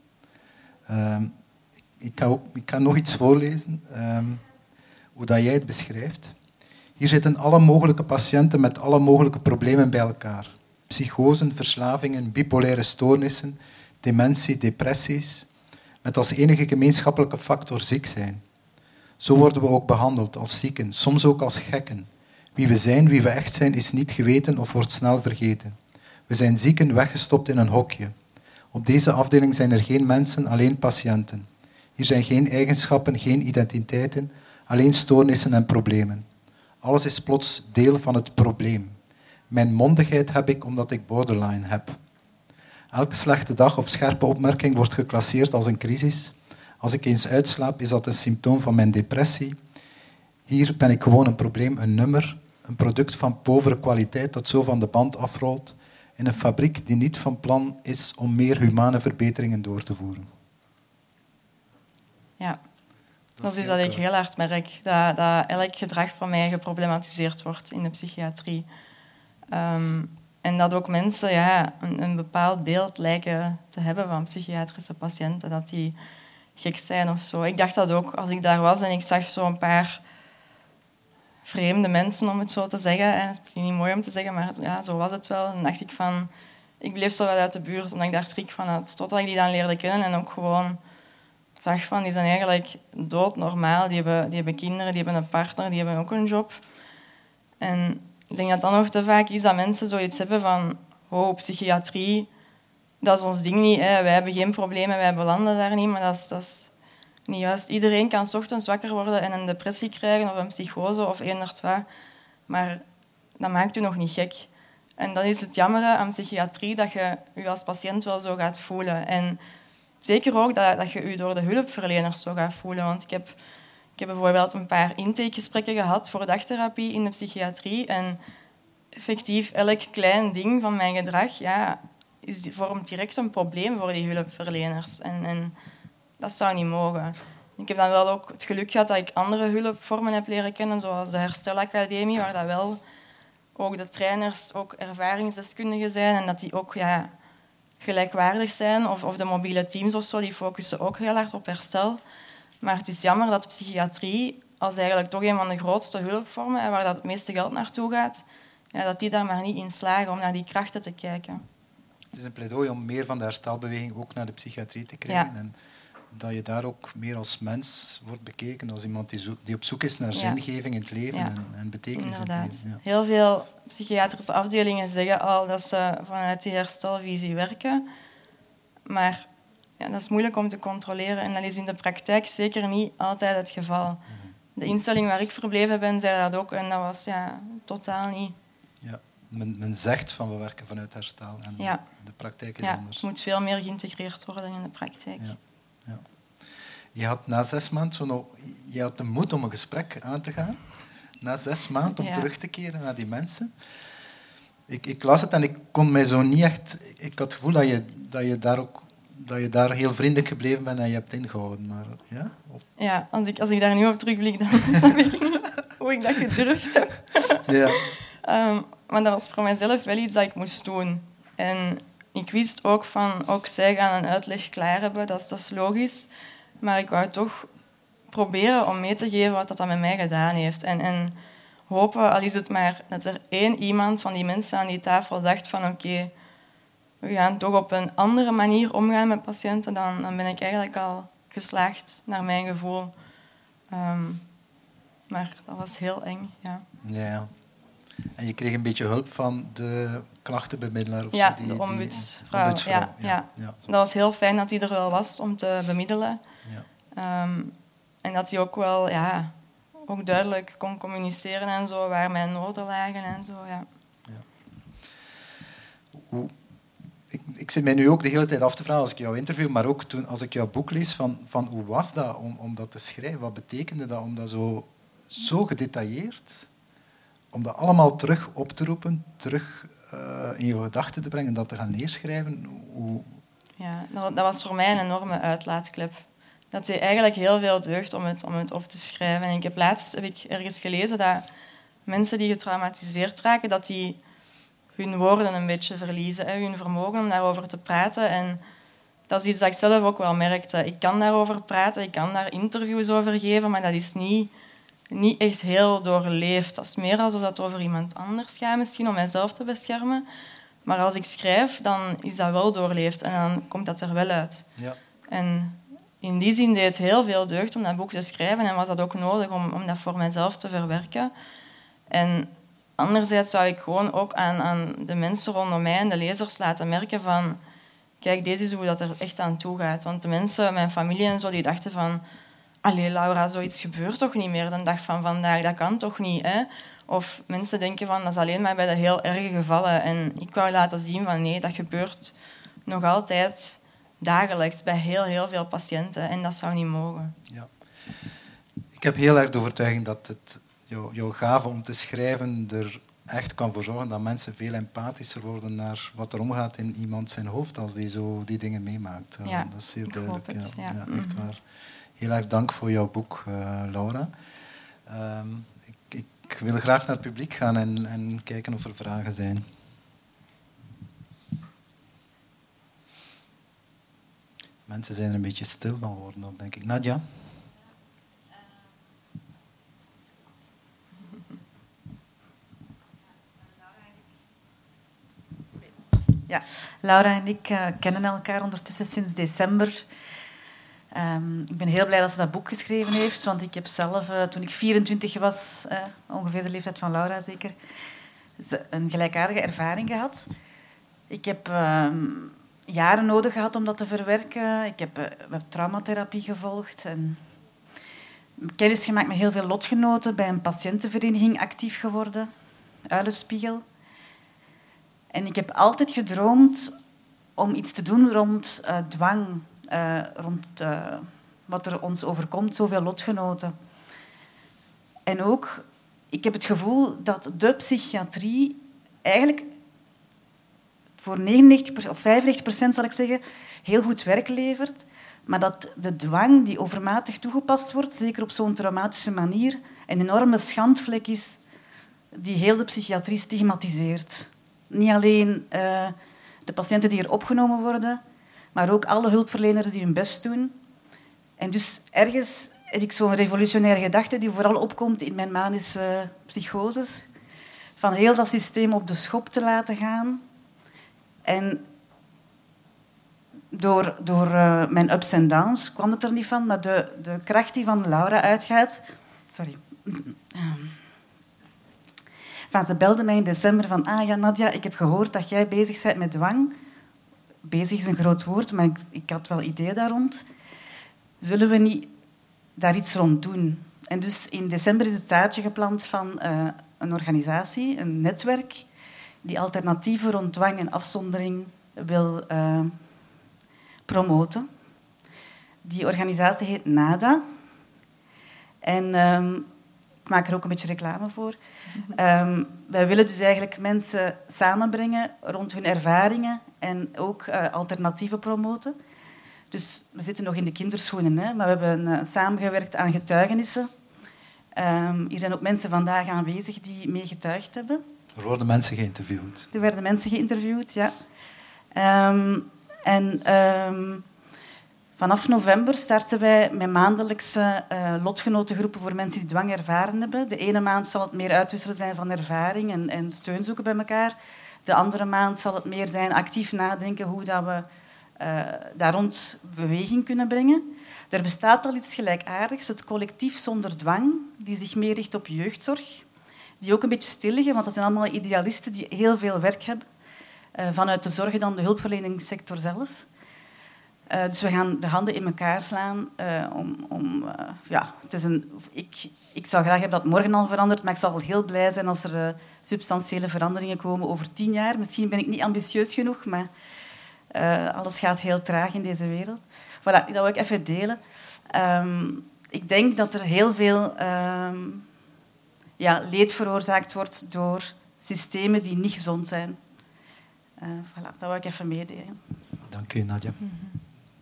Speaker 1: Um, ik, ga ook, ik ga nog iets voorlezen, um, hoe dat jij het beschrijft. Hier zitten alle mogelijke patiënten met alle mogelijke problemen bij elkaar. Psychosen, verslavingen, bipolaire stoornissen, dementie, depressies, met als enige gemeenschappelijke factor ziek zijn. Zo worden we ook behandeld als zieken, soms ook als gekken. Wie we zijn, wie we echt zijn, is niet geweten of wordt snel vergeten. We zijn zieken weggestopt in een hokje. Op deze afdeling zijn er geen mensen, alleen patiënten. Hier zijn geen eigenschappen, geen identiteiten, alleen stoornissen en problemen. Alles is plots deel van het probleem. Mijn mondigheid heb ik omdat ik borderline heb. Elke slechte dag of scherpe opmerking wordt geclasseerd als een crisis. Als ik eens uitslaap, is dat een symptoom van mijn depressie. Hier ben ik gewoon een probleem, een nummer, een product van povere kwaliteit dat zo van de band afrolt in een fabriek die niet van plan is om meer humane verbeteringen door te voeren.
Speaker 2: Ja. Dat is dat ik heel hard merk, dat, dat elk gedrag van mij geproblematiseerd wordt in de psychiatrie. Um, en dat ook mensen ja, een, een bepaald beeld lijken te hebben van psychiatrische patiënten, dat die gek zijn of zo. Ik dacht dat ook als ik daar was en ik zag zo'n paar vreemde mensen, om het zo te zeggen. En het is misschien niet mooi om te zeggen, maar ja, zo was het wel. En dan dacht ik van... Ik bleef zo wat uit de buurt, omdat ik daar schrik van had. Totdat ik die dan leerde kennen en ook gewoon... zag van, die zijn eigenlijk doodnormaal. Die hebben, die hebben kinderen, die hebben een partner, die hebben ook een job. En ik denk dat dan nog te vaak is dat mensen zoiets hebben van... Oh, psychiatrie, dat is ons ding niet. Hè. Wij hebben geen problemen, wij belanden daar niet. Maar dat is, dat is niet juist. Iedereen kan 's ochtends wakker worden en een depressie krijgen of een psychose of eender wat. Maar dat maakt u nog niet gek. En dat is het jammere aan psychiatrie, dat je je als patiënt wel zo gaat voelen. En zeker ook dat, dat je je door de hulpverleners zo gaat voelen. Want ik heb, ik heb bijvoorbeeld een paar intakegesprekken gehad voor dagtherapie in de psychiatrie. En effectief, elk klein ding van mijn gedrag ja, is, vormt direct een probleem voor die hulpverleners. En, en dat zou niet mogen. Ik heb dan wel ook het geluk gehad dat ik andere hulpvormen heb leren kennen, zoals de Herstelacademie, waar dat wel ook de trainers ook ervaringsdeskundigen zijn en dat die ook ja, gelijkwaardig zijn. Of, of de mobiele teams of zo, die focussen ook heel hard op herstel. Maar het is jammer dat de psychiatrie, als eigenlijk toch een van de grootste hulpvormen en waar dat het meeste geld naartoe gaat, ja, dat die daar maar niet in slagen om naar die krachten te kijken.
Speaker 1: Het is een pleidooi om meer van de herstelbeweging ook naar de psychiatrie te krijgen.
Speaker 2: Ja.
Speaker 1: En dat je daar ook meer als mens wordt bekeken, als iemand die, zo, die op zoek is naar
Speaker 2: Ja.
Speaker 1: zingeving in het leven
Speaker 2: Ja.
Speaker 1: en, en betekenis
Speaker 2: Inderdaad.
Speaker 1: in het leven. Ja.
Speaker 2: Heel veel psychiatrische afdelingen zeggen al dat ze vanuit die herstelvisie werken. Maar ja, dat is moeilijk om te controleren en dat is in de praktijk zeker niet altijd het geval. De instelling waar ik verbleven ben, zei dat ook en dat was ja, totaal niet.
Speaker 1: Ja. Men, men zegt van we werken vanuit herstel en
Speaker 2: Ja.
Speaker 1: de praktijk is
Speaker 2: Ja,
Speaker 1: anders.
Speaker 2: het moet veel meer geïntegreerd worden in de praktijk.
Speaker 1: Ja. Ja. Je had na zes maanden zo nog, je had de moed om een gesprek aan te gaan. Na zes maanden om
Speaker 2: Ja.
Speaker 1: terug te keren naar die mensen. Ik, ik las het en ik kon mij zo niet echt... Ik had het gevoel dat je, dat je, daar, ook, dat je daar heel vriendelijk gebleven bent en je hebt ingehouden. Maar, ja? Of...
Speaker 2: Ja, als ik, als ik daar nu op terugblik, dan snap ik niet hoe ik dat gedurfd heb.
Speaker 1: Ja.
Speaker 2: Um, maar dat was voor mijzelf wel iets dat ik moest doen. En ik wist ook van, ook zij gaan een uitleg klaar hebben, dat is, dat is logisch. Maar ik wou toch proberen om mee te geven wat dat met mij gedaan heeft. En, en hopen, al is het maar dat er één iemand van die mensen aan die tafel dacht van oké, okay, we gaan toch op een andere manier omgaan met patiënten, dan, dan ben ik eigenlijk al geslaagd, naar mijn gevoel. Um, maar dat was heel eng, ja.
Speaker 1: Ja. En je kreeg een beetje hulp van de klachtenbemiddelaar of
Speaker 2: ja,
Speaker 1: zo? Die,
Speaker 2: de ombudsvrouw.
Speaker 1: Die, ombudsvrouw.
Speaker 2: Ja, ja.
Speaker 1: Ja. Ja,
Speaker 2: dat was heel fijn dat hij er wel was om te bemiddelen.
Speaker 1: Ja.
Speaker 2: Um, en dat hij ook wel ja, ook duidelijk kon communiceren en zo, waar mijn noden lagen en zo. Ja.
Speaker 1: Ja. Hoe, ik, ik zit mij nu ook de hele tijd af te vragen als ik jou interview, maar ook toen, als ik jouw boek lees, van, van hoe was dat om, om dat te schrijven? Wat betekende dat om dat zo, zo gedetailleerd, om dat allemaal terug op te roepen, terug uh, in je gedachten te brengen, dat te gaan neerschrijven? Hoe...
Speaker 2: Ja, dat, dat was voor mij een enorme uitlaatklep. Dat deed eigenlijk heel veel deugd om het, om het op te schrijven. En ik heb laatst heb ik ergens gelezen dat mensen die getraumatiseerd raken, dat die hun woorden een beetje verliezen, hè, hun vermogen om daarover te praten. En dat is iets dat ik zelf ook wel merkte. Ik kan daarover praten, ik kan daar interviews over geven, maar dat is niet, niet echt heel doorleefd. Dat is meer alsof dat over iemand anders gaat, misschien om mijzelf te beschermen. Maar als ik schrijf, dan is dat wel doorleefd en dan komt dat er wel uit.
Speaker 1: Ja.
Speaker 2: En in die zin deed het heel veel deugd om dat boek te schrijven en was dat ook nodig om, om dat voor mezelf te verwerken. En anderzijds zou ik gewoon ook aan, aan de mensen rondom mij en de lezers laten merken van kijk, deze is hoe dat er echt aan toe gaat. Want de mensen, mijn familie en zo, die dachten van allee Laura, zoiets gebeurt toch niet meer de dag van vandaag, dat kan toch niet, hè? Of mensen denken van dat is alleen maar bij de heel erge gevallen. En ik wou laten zien van nee, dat gebeurt nog altijd dagelijks bij heel, heel veel patiënten en dat zou niet mogen.
Speaker 1: Ja. Ik heb heel erg de overtuiging dat het, jou, jouw gave om te schrijven er echt kan voor zorgen dat mensen veel empathischer worden naar wat er omgaat in iemand zijn hoofd als die zo die dingen meemaakt. Uh,
Speaker 2: ja,
Speaker 1: dat is zeer
Speaker 2: ik
Speaker 1: duidelijk.
Speaker 2: hoop het,
Speaker 1: ja.
Speaker 2: ja.
Speaker 1: Ja, echt waar. Heel erg dank voor jouw boek, uh, Laura. Um, ik, ik wil graag naar het publiek gaan en, en kijken of er vragen zijn. Mensen zijn er een beetje stil van geworden, ook, denk ik. Nadja?
Speaker 3: Ja, Laura en ik uh, kennen elkaar ondertussen sinds december. Um, ik ben heel blij dat ze dat boek geschreven heeft, want ik heb zelf, uh, toen ik vierentwintig was, uh, ongeveer de leeftijd van Laura zeker, een gelijkaardige ervaring gehad. Ik heb uh, jaren nodig gehad om dat te verwerken. Ik heb, uh, we hebben traumatherapie gevolgd en kennis gemaakt met heel veel lotgenoten, bij een patiëntenvereniging actief geworden, Uilenspiegel. En ik heb altijd gedroomd om iets te doen rond uh, dwang, uh, rond uh, wat er ons overkomt, zoveel lotgenoten. En ook, ik heb het gevoel dat de psychiatrie eigenlijk voor negenennegentig of vijfennegentig procent, zal ik zeggen, heel goed werk levert, maar dat de dwang die overmatig toegepast wordt, zeker op zo'n traumatische manier, een enorme schandvlek is die heel de psychiatrie stigmatiseert. Niet alleen uh, de patiënten die er opgenomen worden, maar ook alle hulpverleners die hun best doen. En dus ergens heb ik zo'n revolutionaire gedachte die vooral opkomt in mijn manische psychoses. Van heel dat systeem op de schop te laten gaan. En door, door uh, mijn ups en downs kwam het er niet van, maar de, de kracht die van Laura uitgaat... Sorry. Van, ze belde mij in december van... Ah ja, Nadia, ik heb gehoord dat jij bezig bent met dwang. Bezig is een groot woord, maar ik, ik had wel ideeën daar rond. Zullen we niet daar iets rond doen? En dus in december is het zaadje geplant van uh, een organisatie, een netwerk, die alternatieven rond dwang en afzondering wil uh, promoten. Die organisatie heet NADA. En um, ik maak er ook een beetje reclame voor. Um, wij willen dus eigenlijk mensen samenbrengen rond hun ervaringen en ook uh, alternatieven promoten. Dus we zitten nog in de kinderschoenen, hè, maar we hebben uh, samengewerkt aan getuigenissen. Um, hier zijn ook mensen vandaag aanwezig die mee getuigd hebben.
Speaker 1: Er worden mensen geïnterviewd.
Speaker 3: Er werden mensen geïnterviewd, ja. Um, en um, vanaf november starten wij met maandelijkse uh, lotgenotengroepen voor mensen die dwang ervaren hebben. De ene maand zal het meer uitwisselen zijn van ervaring en, en steun zoeken bij elkaar. De andere maand zal het meer zijn actief nadenken hoe dat we uh, daar rond beweging kunnen brengen. Er bestaat al iets gelijkaardigs, het collectief zonder dwang, die zich meer richt op jeugdzorg. Die ook een beetje stil liggen, want dat zijn allemaal idealisten die heel veel werk hebben. Uh, vanuit de zorg dan de hulpverleningssector zelf. Uh, dus we gaan de handen in elkaar slaan. Uh, om, om, uh, ja, het is een, ik, ik zou graag hebben dat het morgen al verandert, maar ik zal wel heel blij zijn als er uh, substantiële veranderingen komen over tien jaar. Misschien ben ik niet ambitieus genoeg, maar uh, alles gaat heel traag in deze wereld. Voilà, dat wil ik even delen. Um, ik denk dat er heel veel um, ja, leed veroorzaakt wordt door systemen die niet gezond zijn. Uh, voilà, dat wil ik even meedelen.
Speaker 1: Dank u, Nadia.
Speaker 3: Mm-hmm.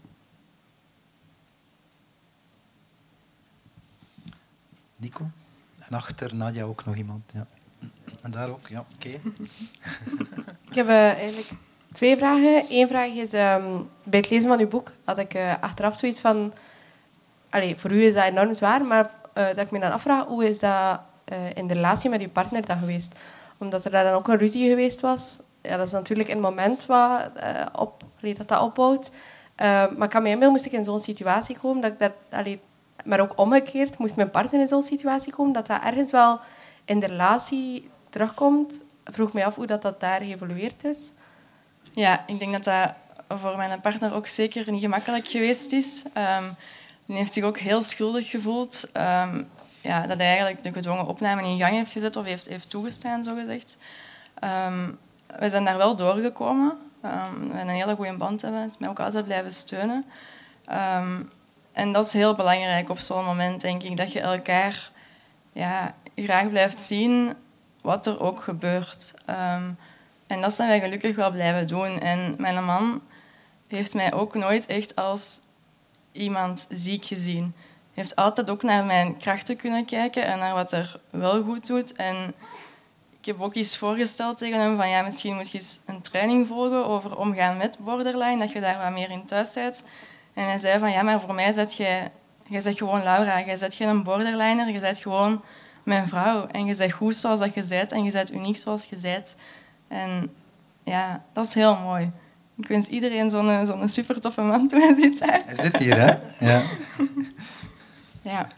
Speaker 1: Nico. En achter Nadia ook nog iemand. Ja. En daar ook, ja. Oké. Okay.
Speaker 4: Ik heb uh, eigenlijk twee vragen. Eén vraag is, um, bij het lezen van uw boek had ik uh, achteraf zoiets van... Allee, voor u is dat enorm zwaar, maar uh, dat ik me dan afvraag, hoe is dat uh, in de relatie met uw partner dan geweest? Omdat er daar dan ook een ruzie geweest was. Ja, dat is natuurlijk een moment wat, uh, op, allee, dat dat opbouwt. Uh, maar ik kan me inbeelden, moest ik in zo'n situatie komen, dat ik daar... Allee, maar ook omgekeerd, moest mijn partner in zo'n situatie komen, dat dat ergens wel in de relatie terugkomt. Ik vroeg me af hoe dat, dat daar geëvolueerd is.
Speaker 2: Ja, ik denk dat dat voor mijn partner ook zeker niet gemakkelijk geweest is. Um, hij heeft zich ook heel schuldig gevoeld. Um, ja, dat hij eigenlijk de gedwongen opname in gang heeft gezet of heeft, heeft toegestaan, zogezegd. Um, we zijn daar wel doorgekomen. Um, we hebben een hele goede band hebben. Het is mij ook altijd blijven steunen. Um, En dat is heel belangrijk op zo'n moment, denk ik, dat je elkaar ja, graag blijft zien wat er ook gebeurt. Um, en dat zijn wij gelukkig wel blijven doen. En mijn man heeft mij ook nooit echt als iemand ziek gezien. Hij heeft altijd ook naar mijn krachten kunnen kijken en naar wat er wel goed doet. En ik heb ook eens voorgesteld tegen hem van ja, misschien moet je eens een training volgen over omgaan met borderline, dat je daar wat meer in thuis bent. En hij zei van, ja, maar voor mij zet jij... Jij bent gewoon Laura, jij bent geen borderliner, je bent gewoon mijn vrouw. En je bent goed zoals dat je bent en je bent uniek zoals je bent. En ja, dat is heel mooi. Ik wens iedereen zo'n, zo'n super toffe man toe hij zit. Hè?
Speaker 1: Hij zit hier, hè? Ja.
Speaker 4: Ja.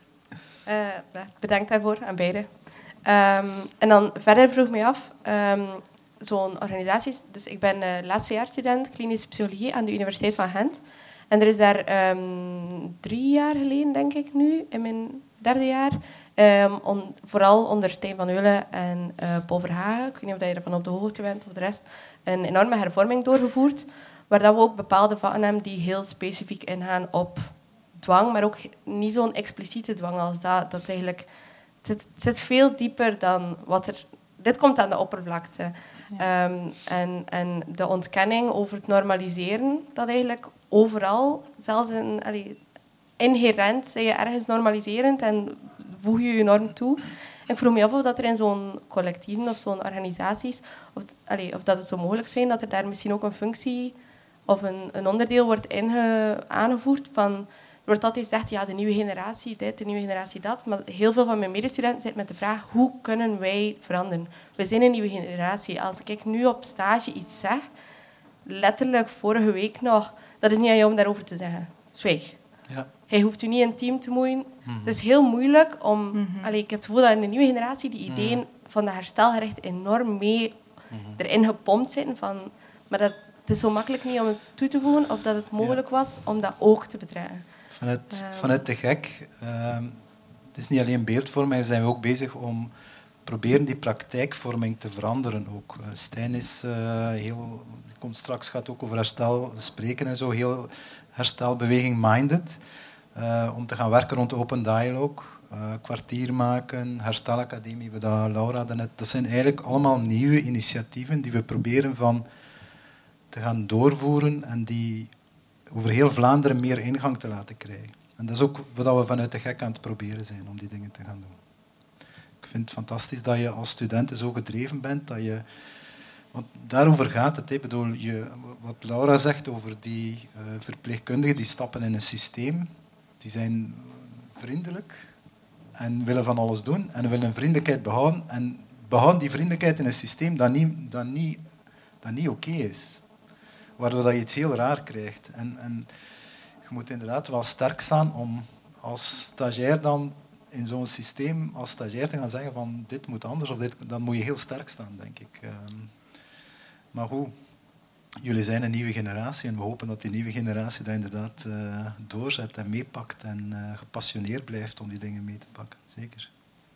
Speaker 4: Uh, bedankt daarvoor, aan beiden. Um, en dan verder vroeg me af... Um, zo'n organisatie... Dus ik ben uh, laatstejaarsstudent klinische psychologie aan de Universiteit van Gent. En er is daar um, drie jaar geleden, denk ik nu, in mijn derde jaar, um, on, vooral onder Stijn van Eulen en uh, Paul Verhagen, ik weet niet of je ervan op de hoogte bent of de rest, een enorme hervorming doorgevoerd, waar dat we ook bepaalde vakken hebben die heel specifiek ingaan op dwang, maar ook niet zo'n expliciete dwang als dat. dat eigenlijk, het, zit, het zit veel dieper dan wat er... Dit komt aan de oppervlakte. Ja. Um, en, en de ontkenning over het normaliseren, dat eigenlijk overal, zelfs in, allee, inherent, zijn je ergens normaliserend en voeg je je norm toe. Ik vroeg me af of dat er in zo'n collectieven of zo'n organisaties, of, allee, of dat het zo mogelijk zijn dat er daar misschien ook een functie of een, een onderdeel wordt inge, aangevoerd van... Er wordt altijd gezegd, ja, de nieuwe generatie dit, de nieuwe generatie dat. Maar heel veel van mijn medestudenten zitten met de vraag, hoe kunnen wij veranderen? We zijn een nieuwe generatie. Als ik nu op stage iets zeg, letterlijk vorige week nog, dat is niet aan jou om daarover te zeggen. Zwijg.
Speaker 1: Ja.
Speaker 4: Hij hoeft u niet in team te moeien.
Speaker 1: Mm-hmm.
Speaker 4: Het is heel moeilijk om...
Speaker 3: Mm-hmm.
Speaker 4: Allee, ik heb het gevoel dat in de nieuwe generatie die ideeën
Speaker 1: Mm-hmm.
Speaker 4: van de herstelgericht enorm mee
Speaker 1: Mm-hmm.
Speaker 4: erin gepompt zitten. Van, maar dat, het is zo makkelijk niet om het toe te voegen of dat het mogelijk was om dat ook te betrekken.
Speaker 1: Vanuit,
Speaker 4: Um,
Speaker 1: vanuit de gek, uh, het is niet alleen beeldvorming, we zijn ook bezig om proberen die praktijkvorming te veranderen ook. Uh, Stijn is uh, heel, komt straks, gaat ook over herstel spreken en zo, heel herstelbeweging-minded. Uh, om te gaan werken rond open dialogue, uh, kwartier maken, herstelacademie, we dat Laura daarnet. Dat zijn eigenlijk allemaal nieuwe initiatieven die we proberen van te gaan doorvoeren en die over heel Vlaanderen meer ingang te laten krijgen. En dat is ook wat we vanuit de gek aan het proberen zijn, om die dingen te gaan doen. Ik vind het fantastisch dat je als student zo gedreven bent, dat je... Want daarover gaat het. Ik bedoel, je, wat Laura zegt over die uh, verpleegkundigen, die stappen in een systeem, die zijn vriendelijk en willen van alles doen en willen een vriendelijkheid behouden en behouden die vriendelijkheid in een systeem dat niet, dat niet, dat niet oké is. Waardoor dat je iets heel raar krijgt. En, en je moet inderdaad wel sterk staan om als stagiair dan in zo'n systeem als stagiair te gaan zeggen van dit moet anders, of dit, dan moet je heel sterk staan, denk ik. Um, maar goed, jullie zijn een nieuwe generatie en we hopen dat die nieuwe generatie dat inderdaad uh, doorzet en meepakt en uh, gepassioneerd blijft om die dingen mee te pakken. Zeker.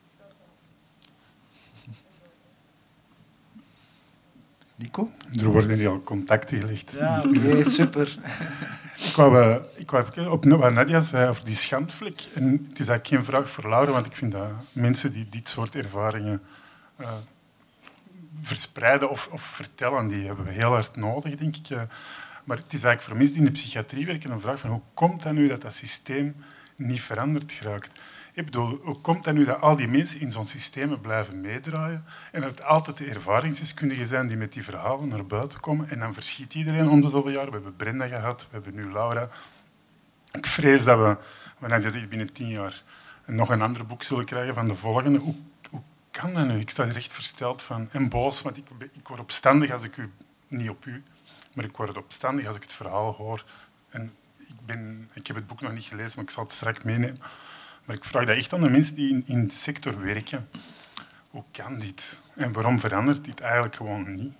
Speaker 1: Nico?
Speaker 5: Er worden hier al contacten gelegd.
Speaker 1: Ja, oké, okay, super.
Speaker 5: Ik wou, uh, ik wou even op wat Nadia zei over die schandvlek. En het is eigenlijk geen vraag voor Laura, want ik vind dat mensen die dit soort ervaringen uh, verspreiden of, of vertellen, die hebben we heel hard nodig, denk ik. Uh, maar het is eigenlijk voor mensen die in de psychiatrie werken een vraag van hoe komt dat nu dat dat systeem niet veranderd geraakt? Ik bedoel, hoe komt het nu dat al die mensen in zo'n systeem blijven meedraaien en dat het altijd de ervaringsdeskundigen zijn die met die verhalen naar buiten komen en dan verschiet iedereen om de zoveel jaar. We hebben Brenda gehad, we hebben nu Laura. Ik vrees dat we, wanneer je zegt binnen tien jaar, nog een ander boek zullen krijgen van de volgende. Hoe, hoe kan dat nu? Ik sta er echt versteld van en boos, want ik, ik word opstandig als ik u, niet op u, maar ik word opstandig als ik het verhaal hoor. En ik, ben, ik heb het boek nog niet gelezen, maar ik zal het straks meenemen. Maar ik vraag dat echt aan de mensen die in, in de sector werken. Hoe kan dit? En waarom verandert dit eigenlijk gewoon niet?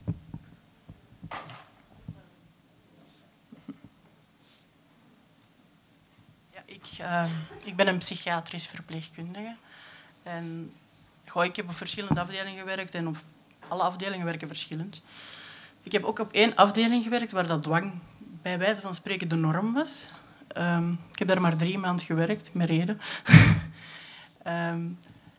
Speaker 6: Ja, ik, uh, ik ben een psychiatrisch verpleegkundige. En, goh, ik heb op verschillende afdelingen gewerkt en op alle afdelingen werken verschillend. Ik heb ook op één afdeling gewerkt waar dat dwang bij wijze van spreken de norm was. Um, ik heb daar maar drie maanden gewerkt, met reden. um,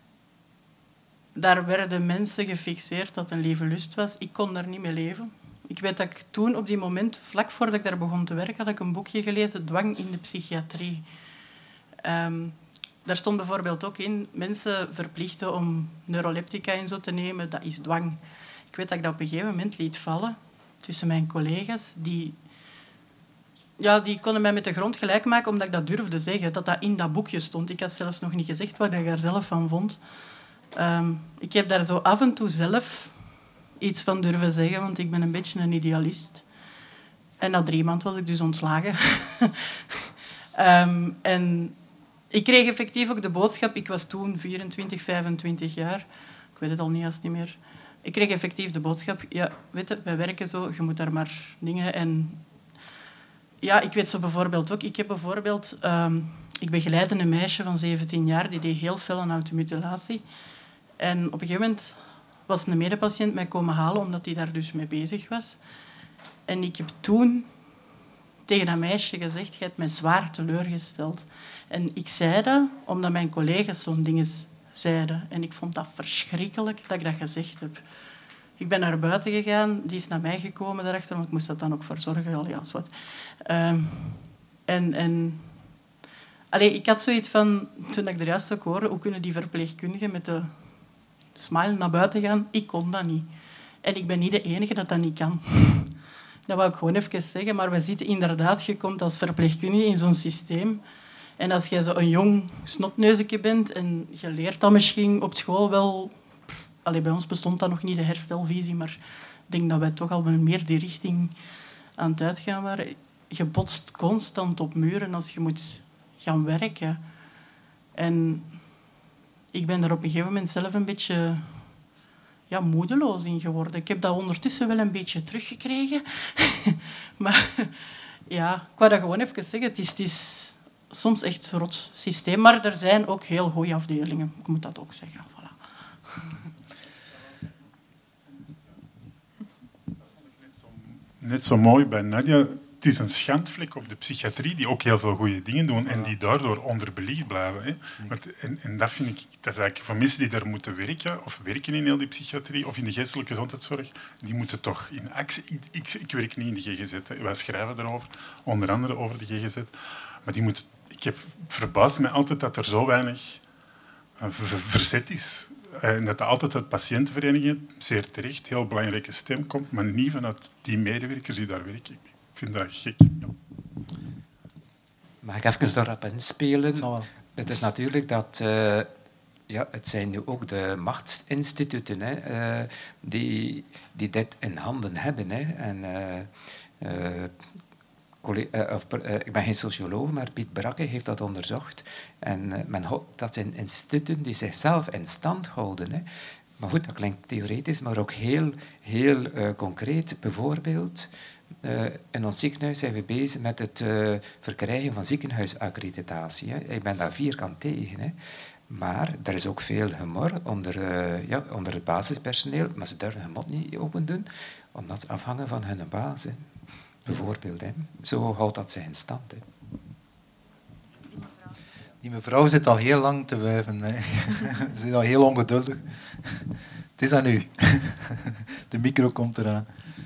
Speaker 6: daar werden mensen gefixeerd dat een leven lust was. Ik kon daar niet mee leven. Ik weet dat ik toen, op die moment, vlak voordat ik daar begon te werken, had ik een boekje gelezen, Dwang in de psychiatrie. Um, daar stond bijvoorbeeld ook in, mensen verplichten om neuroleptica en zo te nemen, dat is dwang. Ik weet dat ik dat op een gegeven moment liet vallen tussen mijn collega's, die... Ja, die konden mij met de grond gelijk maken omdat ik dat durfde zeggen, dat dat in dat boekje stond. Ik had zelfs nog niet gezegd wat ik daar zelf van vond. Um, ik heb daar zo af en toe zelf iets van durven zeggen, want ik ben een beetje een idealist. En na drie maanden was ik dus ontslagen. um, en ik kreeg effectief ook de boodschap, ik was toen vierentwintig, vijfentwintig jaar, ik weet het al niet, als het niet meer. Ik kreeg effectief de boodschap, ja, weet je, wij werken zo, je moet daar maar dingen... En ja, ik weet zo bijvoorbeeld ook... Ik heb bijvoorbeeld... Um, ik begeleidde een meisje van zeventien jaar, die deed heel veel aan automutilatie. En op een gegeven moment was een medepatiënt mij komen halen, omdat hij daar dus mee bezig was. En ik heb toen tegen dat meisje gezegd, je hebt mij zwaar teleurgesteld. En ik zei dat omdat mijn collega's zo'n dingen zeiden. En ik vond dat verschrikkelijk dat ik dat gezegd heb. Ik ben naar buiten gegaan, die is naar mij gekomen daarachter, want ik moest dat dan ook verzorgen. Al ja, wat. Um, en, en Allee, ik had zoiets van, toen ik er juist ook hoorde, hoe kunnen die verpleegkundigen met de smile naar buiten gaan? Ik kon dat niet. En ik ben niet de enige dat dat niet kan. Dat wou ik gewoon even zeggen. Maar we zitten inderdaad, je komt als verpleegkundige in zo'n systeem. En als jij zo een jong snotneuzetje bent en je leert dat misschien op school wel... Allee, bij ons bestond dat nog niet, de herstelvisie, maar ik denk dat wij toch al meer die richting aan het uitgaan waren. Je botst constant op muren als je moet gaan werken. En ik ben er op een gegeven moment zelf een beetje ja, moedeloos in geworden. Ik heb dat ondertussen wel een beetje teruggekregen. Maar ja, ik wou dat gewoon even zeggen. Het is, het is soms echt een rot systeem, maar er zijn ook heel goede afdelingen. Ik moet dat ook zeggen. Voilà.
Speaker 5: Net zo mooi bij Nadia. Het is een schandvlek op de psychiatrie die ook heel veel goede dingen doen en die daardoor onderbelicht blijven. Hè. Want, en, en dat vind ik, dat is eigenlijk voor mensen die daar moeten werken, of werken in heel die psychiatrie, of in de geestelijke gezondheidszorg, die moeten toch in actie... Ik, ik, ik werk niet in de G G Z, hè. Wij schrijven daarover, onder andere over de G G Z. Maar die moeten... Ik heb verbaasd mij altijd dat er zo weinig uh, verzet is. En dat er altijd uit patiëntenverenigingen, zeer terecht, heel belangrijke stem komt, maar niet vanuit die medewerkers die daar werken. Ik vind dat gek. Ja.
Speaker 7: Mag ik even daarop inspelen? Het is natuurlijk dat... Uh, ja, het zijn nu ook de machtsinstituten hè, uh, die, die dit in handen hebben. Hè. En, uh, uh, Uh, of, uh, ik ben geen socioloog, maar Piet Brakke heeft dat onderzocht. En uh, men hoopt dat zijn instituten die zichzelf in stand houden. Hè. Maar goed, dat klinkt theoretisch, maar ook heel, heel uh, concreet. Bijvoorbeeld, uh, in ons ziekenhuis zijn we bezig met het uh, verkrijgen van ziekenhuisaccreditatie. Hè. Ik ben daar vierkant tegen. Hè. Maar er is ook veel humor onder, uh, ja, onder het basispersoneel, maar ze durven hun mond niet open doen, omdat ze afhangen van hun baas. Hè. Bijvoorbeeld. Hè. Zo houdt dat zich in stand. Hè.
Speaker 1: Die mevrouw zit al heel lang te wuiven. Hè. Ze is al heel ongeduldig. Het is aan u. De micro komt eraan.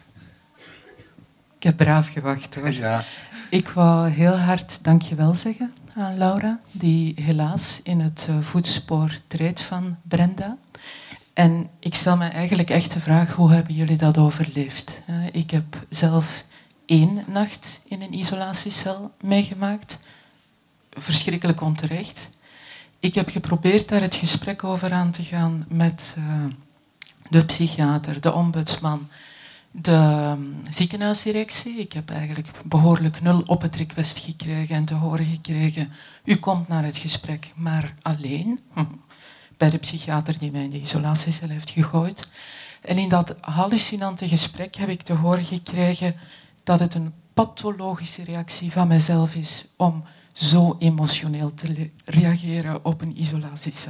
Speaker 8: Ik heb braaf gewacht hoor.
Speaker 1: Ja.
Speaker 8: Ik wou heel hard dankjewel zeggen aan Laura, die helaas in het voetspoor treedt van Brenda. En ik stel me eigenlijk echt de vraag, hoe hebben jullie dat overleefd? Ik heb zelf één nacht in een isolatiecel meegemaakt. Verschrikkelijk onterecht. Ik heb geprobeerd daar het gesprek over aan te gaan met uh, de psychiater, de ombudsman, de um, ziekenhuisdirectie. Ik heb eigenlijk behoorlijk nul op het request gekregen en te horen gekregen. U komt naar het gesprek, maar alleen. Bij de psychiater die mij in de isolatiecel heeft gegooid. En in dat hallucinante gesprek heb ik te horen gekregen dat het een pathologische reactie van mezelf is om zo emotioneel te reageren op een isolatiecel.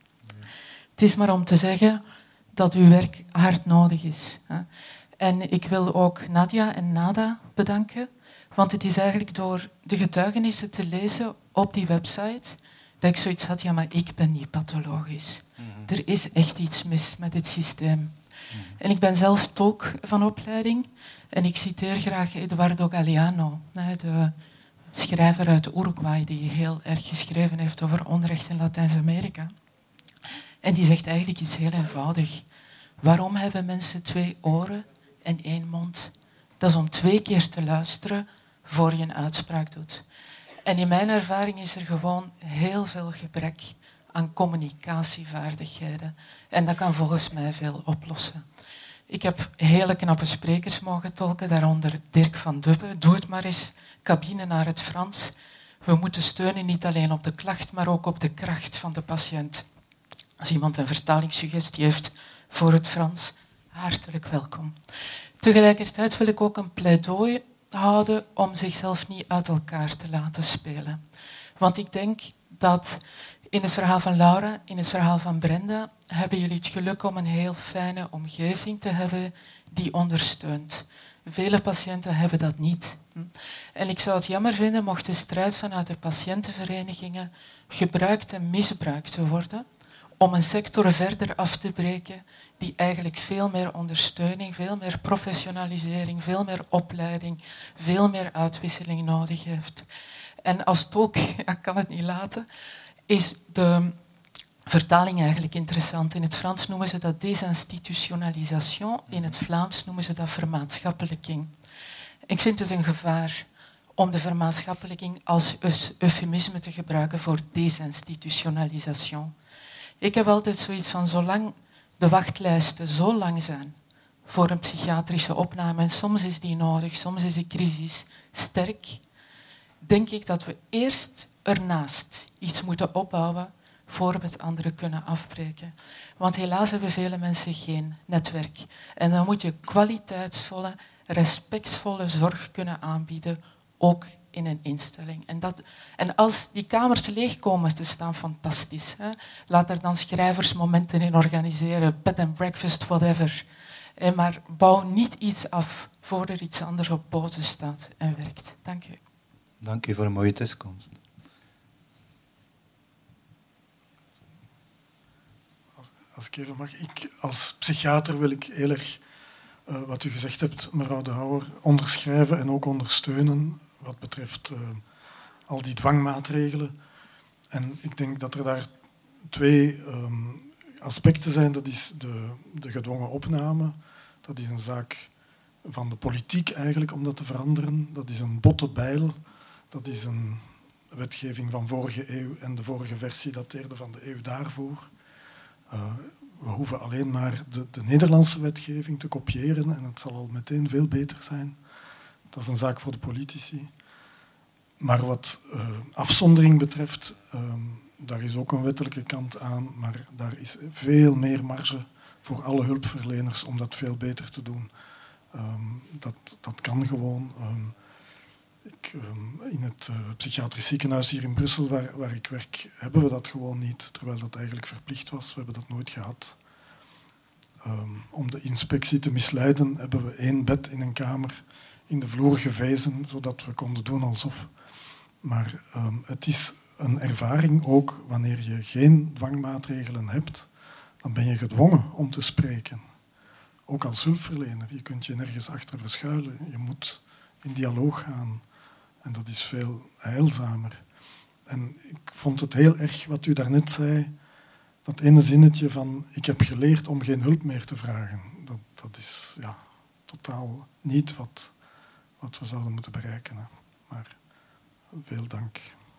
Speaker 8: Het is maar om te zeggen dat uw werk hard nodig is. En ik wil ook Nadia en Nada bedanken, want het is eigenlijk door de getuigenissen te lezen op die website dat ik zoiets had, ja, maar ik ben niet pathologisch. Mm-hmm. Er is echt iets mis met dit systeem. Mm-hmm. En ik ben zelf tolk van opleiding en ik citeer graag Eduardo Galeano, de schrijver uit Uruguay die heel erg geschreven heeft over onrecht in Latijns-Amerika. En die zegt eigenlijk iets heel eenvoudig. Waarom hebben mensen twee oren en één mond? Dat is om twee keer te luisteren voor je een uitspraak doet. En in mijn ervaring is er gewoon heel veel gebrek aan communicatievaardigheden. En dat kan volgens mij veel oplossen. Ik heb hele knappe sprekers mogen tolken, daaronder Dirk van Dubbe. Doe het maar eens, cabine naar het Frans. We moeten steunen niet alleen op de klacht, maar ook op de kracht van de patiënt. Als iemand een vertalingssuggestie heeft voor het Frans, hartelijk welkom. Tegelijkertijd wil ik ook een pleidooi houden om zichzelf niet uit elkaar te laten spelen. Want ik denk dat in het verhaal van Laura, in het verhaal van Brenda, hebben jullie het geluk om een heel fijne omgeving te hebben die ondersteunt. Vele patiënten hebben dat niet. En ik zou het jammer vinden mocht de strijd vanuit de patiëntenverenigingen gebruikt en misbruikt worden om een sector verder af te breken die eigenlijk veel meer ondersteuning, veel meer professionalisering, veel meer opleiding, veel meer uitwisseling nodig heeft. En als tolk, ja, ik kan het niet laten, is de vertaling eigenlijk interessant. In het Frans noemen ze dat désinstitutionnalisation, in het Vlaams noemen ze dat vermaatschappelijking. Ik vind het een gevaar om de vermaatschappelijking als eufemisme te gebruiken voor désinstitutionnalisation. Ik heb altijd zoiets van, zolang de wachtlijsten zo lang zijn voor een psychiatrische opname, en soms is die nodig, soms is die crisis sterk, denk ik dat we eerst ernaast iets moeten opbouwen voor we het andere kunnen afbreken. Want helaas hebben vele mensen geen netwerk. En dan moet je kwaliteitsvolle, respectvolle zorg kunnen aanbieden, ook in een instelling. En, dat, en als die kamers leeg komen te staan, fantastisch. Hè? Laat er dan schrijversmomenten in organiseren, bed and breakfast, whatever. En maar bouw niet iets af voor er iets anders op poten staat en werkt. Dank u.
Speaker 1: Dank u voor een mooie tussenkomst.
Speaker 9: Als, als ik even mag, ik als psychiater wil ik heel erg uh, wat u gezegd hebt, mevrouw De Houwer, onderschrijven en ook ondersteunen wat betreft uh, al die dwangmaatregelen. En ik denk dat er daar twee um, aspecten zijn. Dat is de, de gedwongen opname. Dat is een zaak van de politiek eigenlijk om dat te veranderen. Dat is een botte bijl. Dat is een wetgeving van vorige eeuw en de vorige versie dateerde van de eeuw daarvoor. Uh, we hoeven alleen maar de, de Nederlandse wetgeving te kopiëren en het zal al meteen veel beter zijn. Dat is een zaak voor de politici. Maar wat uh, afzondering betreft, uh, daar is ook een wettelijke kant aan, maar daar is veel meer marge voor alle hulpverleners om dat veel beter te doen. Um, dat, dat kan gewoon. Um, ik, um, in het uh, psychiatrisch ziekenhuis hier in Brussel, waar, waar ik werk, hebben we dat gewoon niet, terwijl dat eigenlijk verplicht was. We hebben dat nooit gehad. Um, om de inspectie te misleiden, hebben we één bed in een kamer in de vloer gevezen, zodat we konden doen alsof. Maar um, het is een ervaring ook wanneer je geen dwangmaatregelen hebt, dan ben je gedwongen om te spreken. Ook als hulpverlener. Je kunt je nergens achter verschuilen. Je moet in dialoog gaan. En dat is veel heilzamer. En ik vond het heel erg wat u daarnet zei. Dat ene zinnetje van ik heb geleerd om geen hulp meer te vragen. Dat, dat is ja, totaal niet wat, wat we zouden moeten bereiken. Hè. Maar veel dank.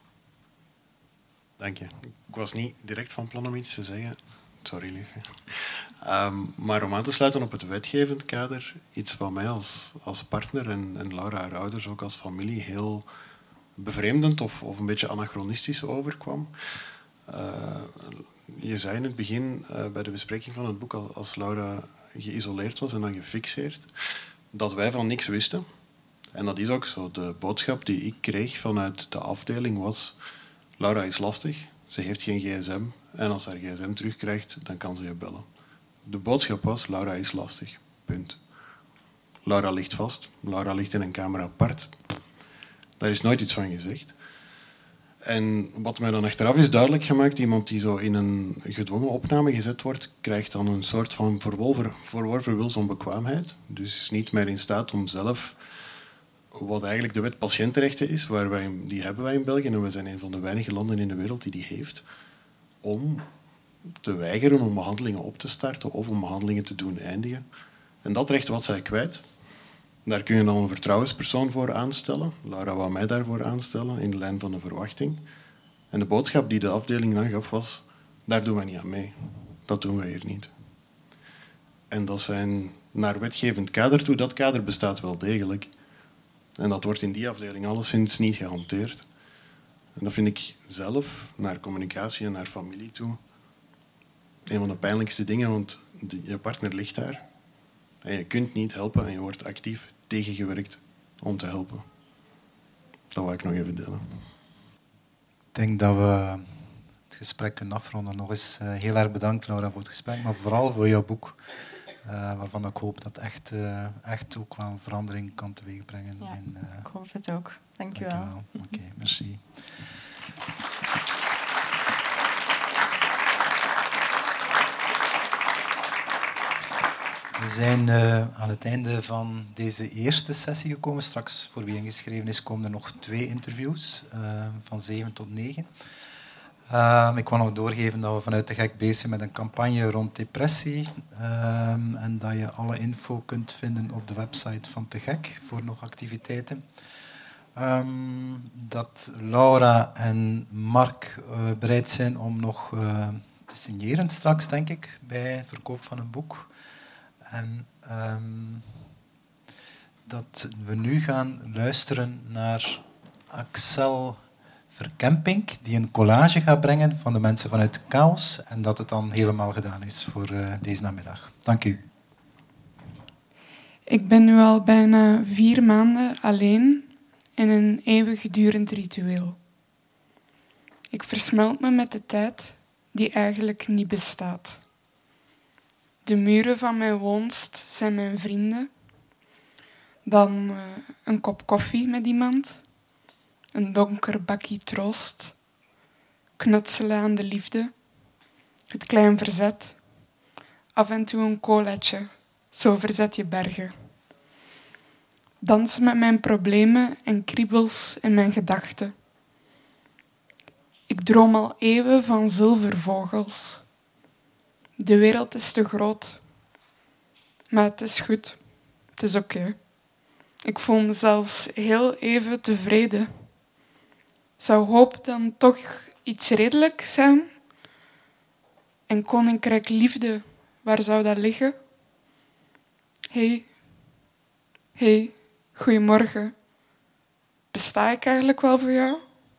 Speaker 10: Dank je. Ik was niet direct van plan om iets te zeggen. Sorry, liefje. Um, maar om aan te sluiten op het wetgevend kader, iets wat mij als, als partner en, en Laura haar ouders ook als familie heel bevreemdend of, of een beetje anachronistisch overkwam. Uh, je zei in het begin uh, bij de bespreking van het boek, als, als Laura geïsoleerd was en dan gefixeerd, dat wij van niks wisten. En dat is ook zo. De boodschap die ik kreeg vanuit de afdeling was: Laura is lastig, ze heeft geen gsm en als ze haar gsm terugkrijgt, dan kan ze je bellen. De boodschap was: Laura is lastig. Punt. Laura ligt vast. Laura ligt in een kamer apart. Daar is nooit iets van gezegd. En wat mij dan achteraf is duidelijk gemaakt, iemand die zo in een gedwongen opname gezet wordt, krijgt dan een soort van verworven wils om bekwaamheid. Dus is niet meer in staat om zelf, wat eigenlijk de wet patiëntenrechten is, waar wij, die hebben wij in België, en we zijn een van de weinige landen in de wereld die die heeft, om te weigeren om behandelingen op te starten of om behandelingen te doen eindigen. En dat recht was zij kwijt. Daar kun je dan een vertrouwenspersoon voor aanstellen. Laura wou mij daarvoor aanstellen, in de lijn van de verwachting. En de boodschap die de afdeling dan gaf was: daar doen wij niet aan mee. Dat doen wij hier niet. En dat zijn naar wetgevend kader toe. Dat kader bestaat wel degelijk. En dat wordt in die afdeling alleszins niet gehanteerd. En dat vind ik zelf, naar communicatie en naar familie toe, een van de pijnlijkste dingen, want de, je partner ligt daar. En je kunt niet helpen en je wordt actief tegengewerkt om te helpen. Dat wou ik nog even delen.
Speaker 1: Ik denk dat we het gesprek kunnen afronden. Nog eens uh, heel erg bedankt, Laura, voor het gesprek, maar vooral voor jouw boek, uh, waarvan ik hoop dat echt, uh, echt ook wel een verandering kan teweegbrengen.
Speaker 2: Ja,
Speaker 1: in, uh,
Speaker 2: ik hoop het ook. Dank je wel.
Speaker 1: Oké, okay, merci. We zijn uh, aan het einde van deze eerste sessie gekomen. Straks, voor wie ingeschreven is, komen er nog twee interviews, uh, van zeven tot negen. Uh, ik wil nog doorgeven dat we vanuit de Gek bezig zijn met een campagne rond depressie. Uh, en dat je alle info kunt vinden op de website van Te Gek voor nog activiteiten. Um, dat Laura en Mark uh, bereid zijn om nog uh, te signeren straks, denk ik, bij verkoop van een boek. En um, dat we nu gaan luisteren naar Axel Verkempink, die een collage gaat brengen van de mensen vanuit Chaos, en dat het dan helemaal gedaan is voor uh, deze namiddag. Dank u.
Speaker 11: Ik ben nu al bijna vier maanden alleen in een eeuwigdurend ritueel. Ik versmelt me met de tijd die eigenlijk niet bestaat. De muren van mijn woonst zijn mijn vrienden. Dan uh, een kop koffie met iemand. Een donker bakkie troost. Knutselen aan de liefde. Het klein verzet. Af en toe een colaatje. Zo verzet je bergen. Dansen met mijn problemen en kriebels in mijn gedachten. Ik droom al eeuwen van zilvervogels. De wereld is te groot. Maar het is goed. Het is oké. Okay. Ik voel me zelfs heel even tevreden. Zou hoop dan toch iets redelijk zijn? En koninkrijk liefde, waar zou dat liggen? Hey, hey, goedemorgen. Besta ik eigenlijk wel voor jou?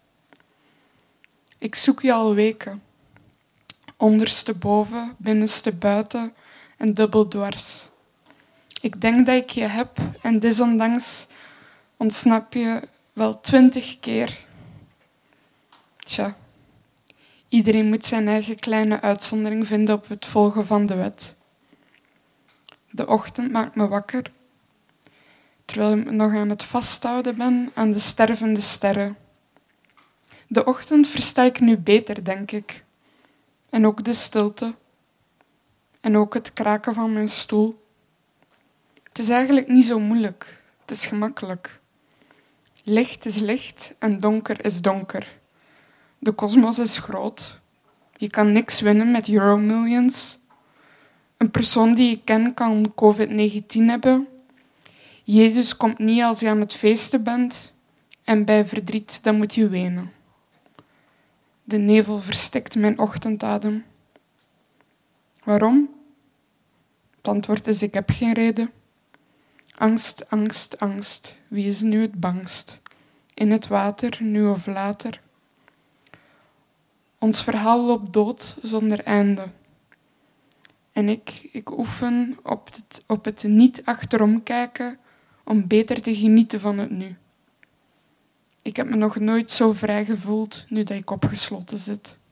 Speaker 11: Ik zoek je al weken. Ondersteboven, binnenste buiten en dubbel dwars. Ik denk dat ik je heb en desondanks ontsnap je wel twintig keer. Tja, iedereen moet zijn eigen kleine uitzondering vinden op het volgen van de wet. De ochtend maakt me wakker, terwijl ik nog aan het vasthouden ben aan de stervende sterren. De ochtend versta ik nu beter, denk ik. En ook de stilte. En ook het kraken van mijn stoel. Het is eigenlijk niet zo moeilijk. Het is gemakkelijk. Licht is licht en donker is donker. De kosmos is groot. Je kan niks winnen met Euromillions. Een persoon die je ken kan covid negentien hebben. Jezus komt niet als je aan het feesten bent. En bij verdriet, dan moet je wenen. De nevel verstikt mijn ochtendadem. Waarom? Het antwoord is, ik heb geen reden. Angst, angst, angst. Wie is nu het bangst? In het water, nu of later. Ons verhaal loopt dood zonder einde. En ik, ik oefen op het, op het niet achterom kijken om beter te genieten van het nu. Ik heb me nog nooit zo vrij gevoeld nu dat ik opgesloten zit.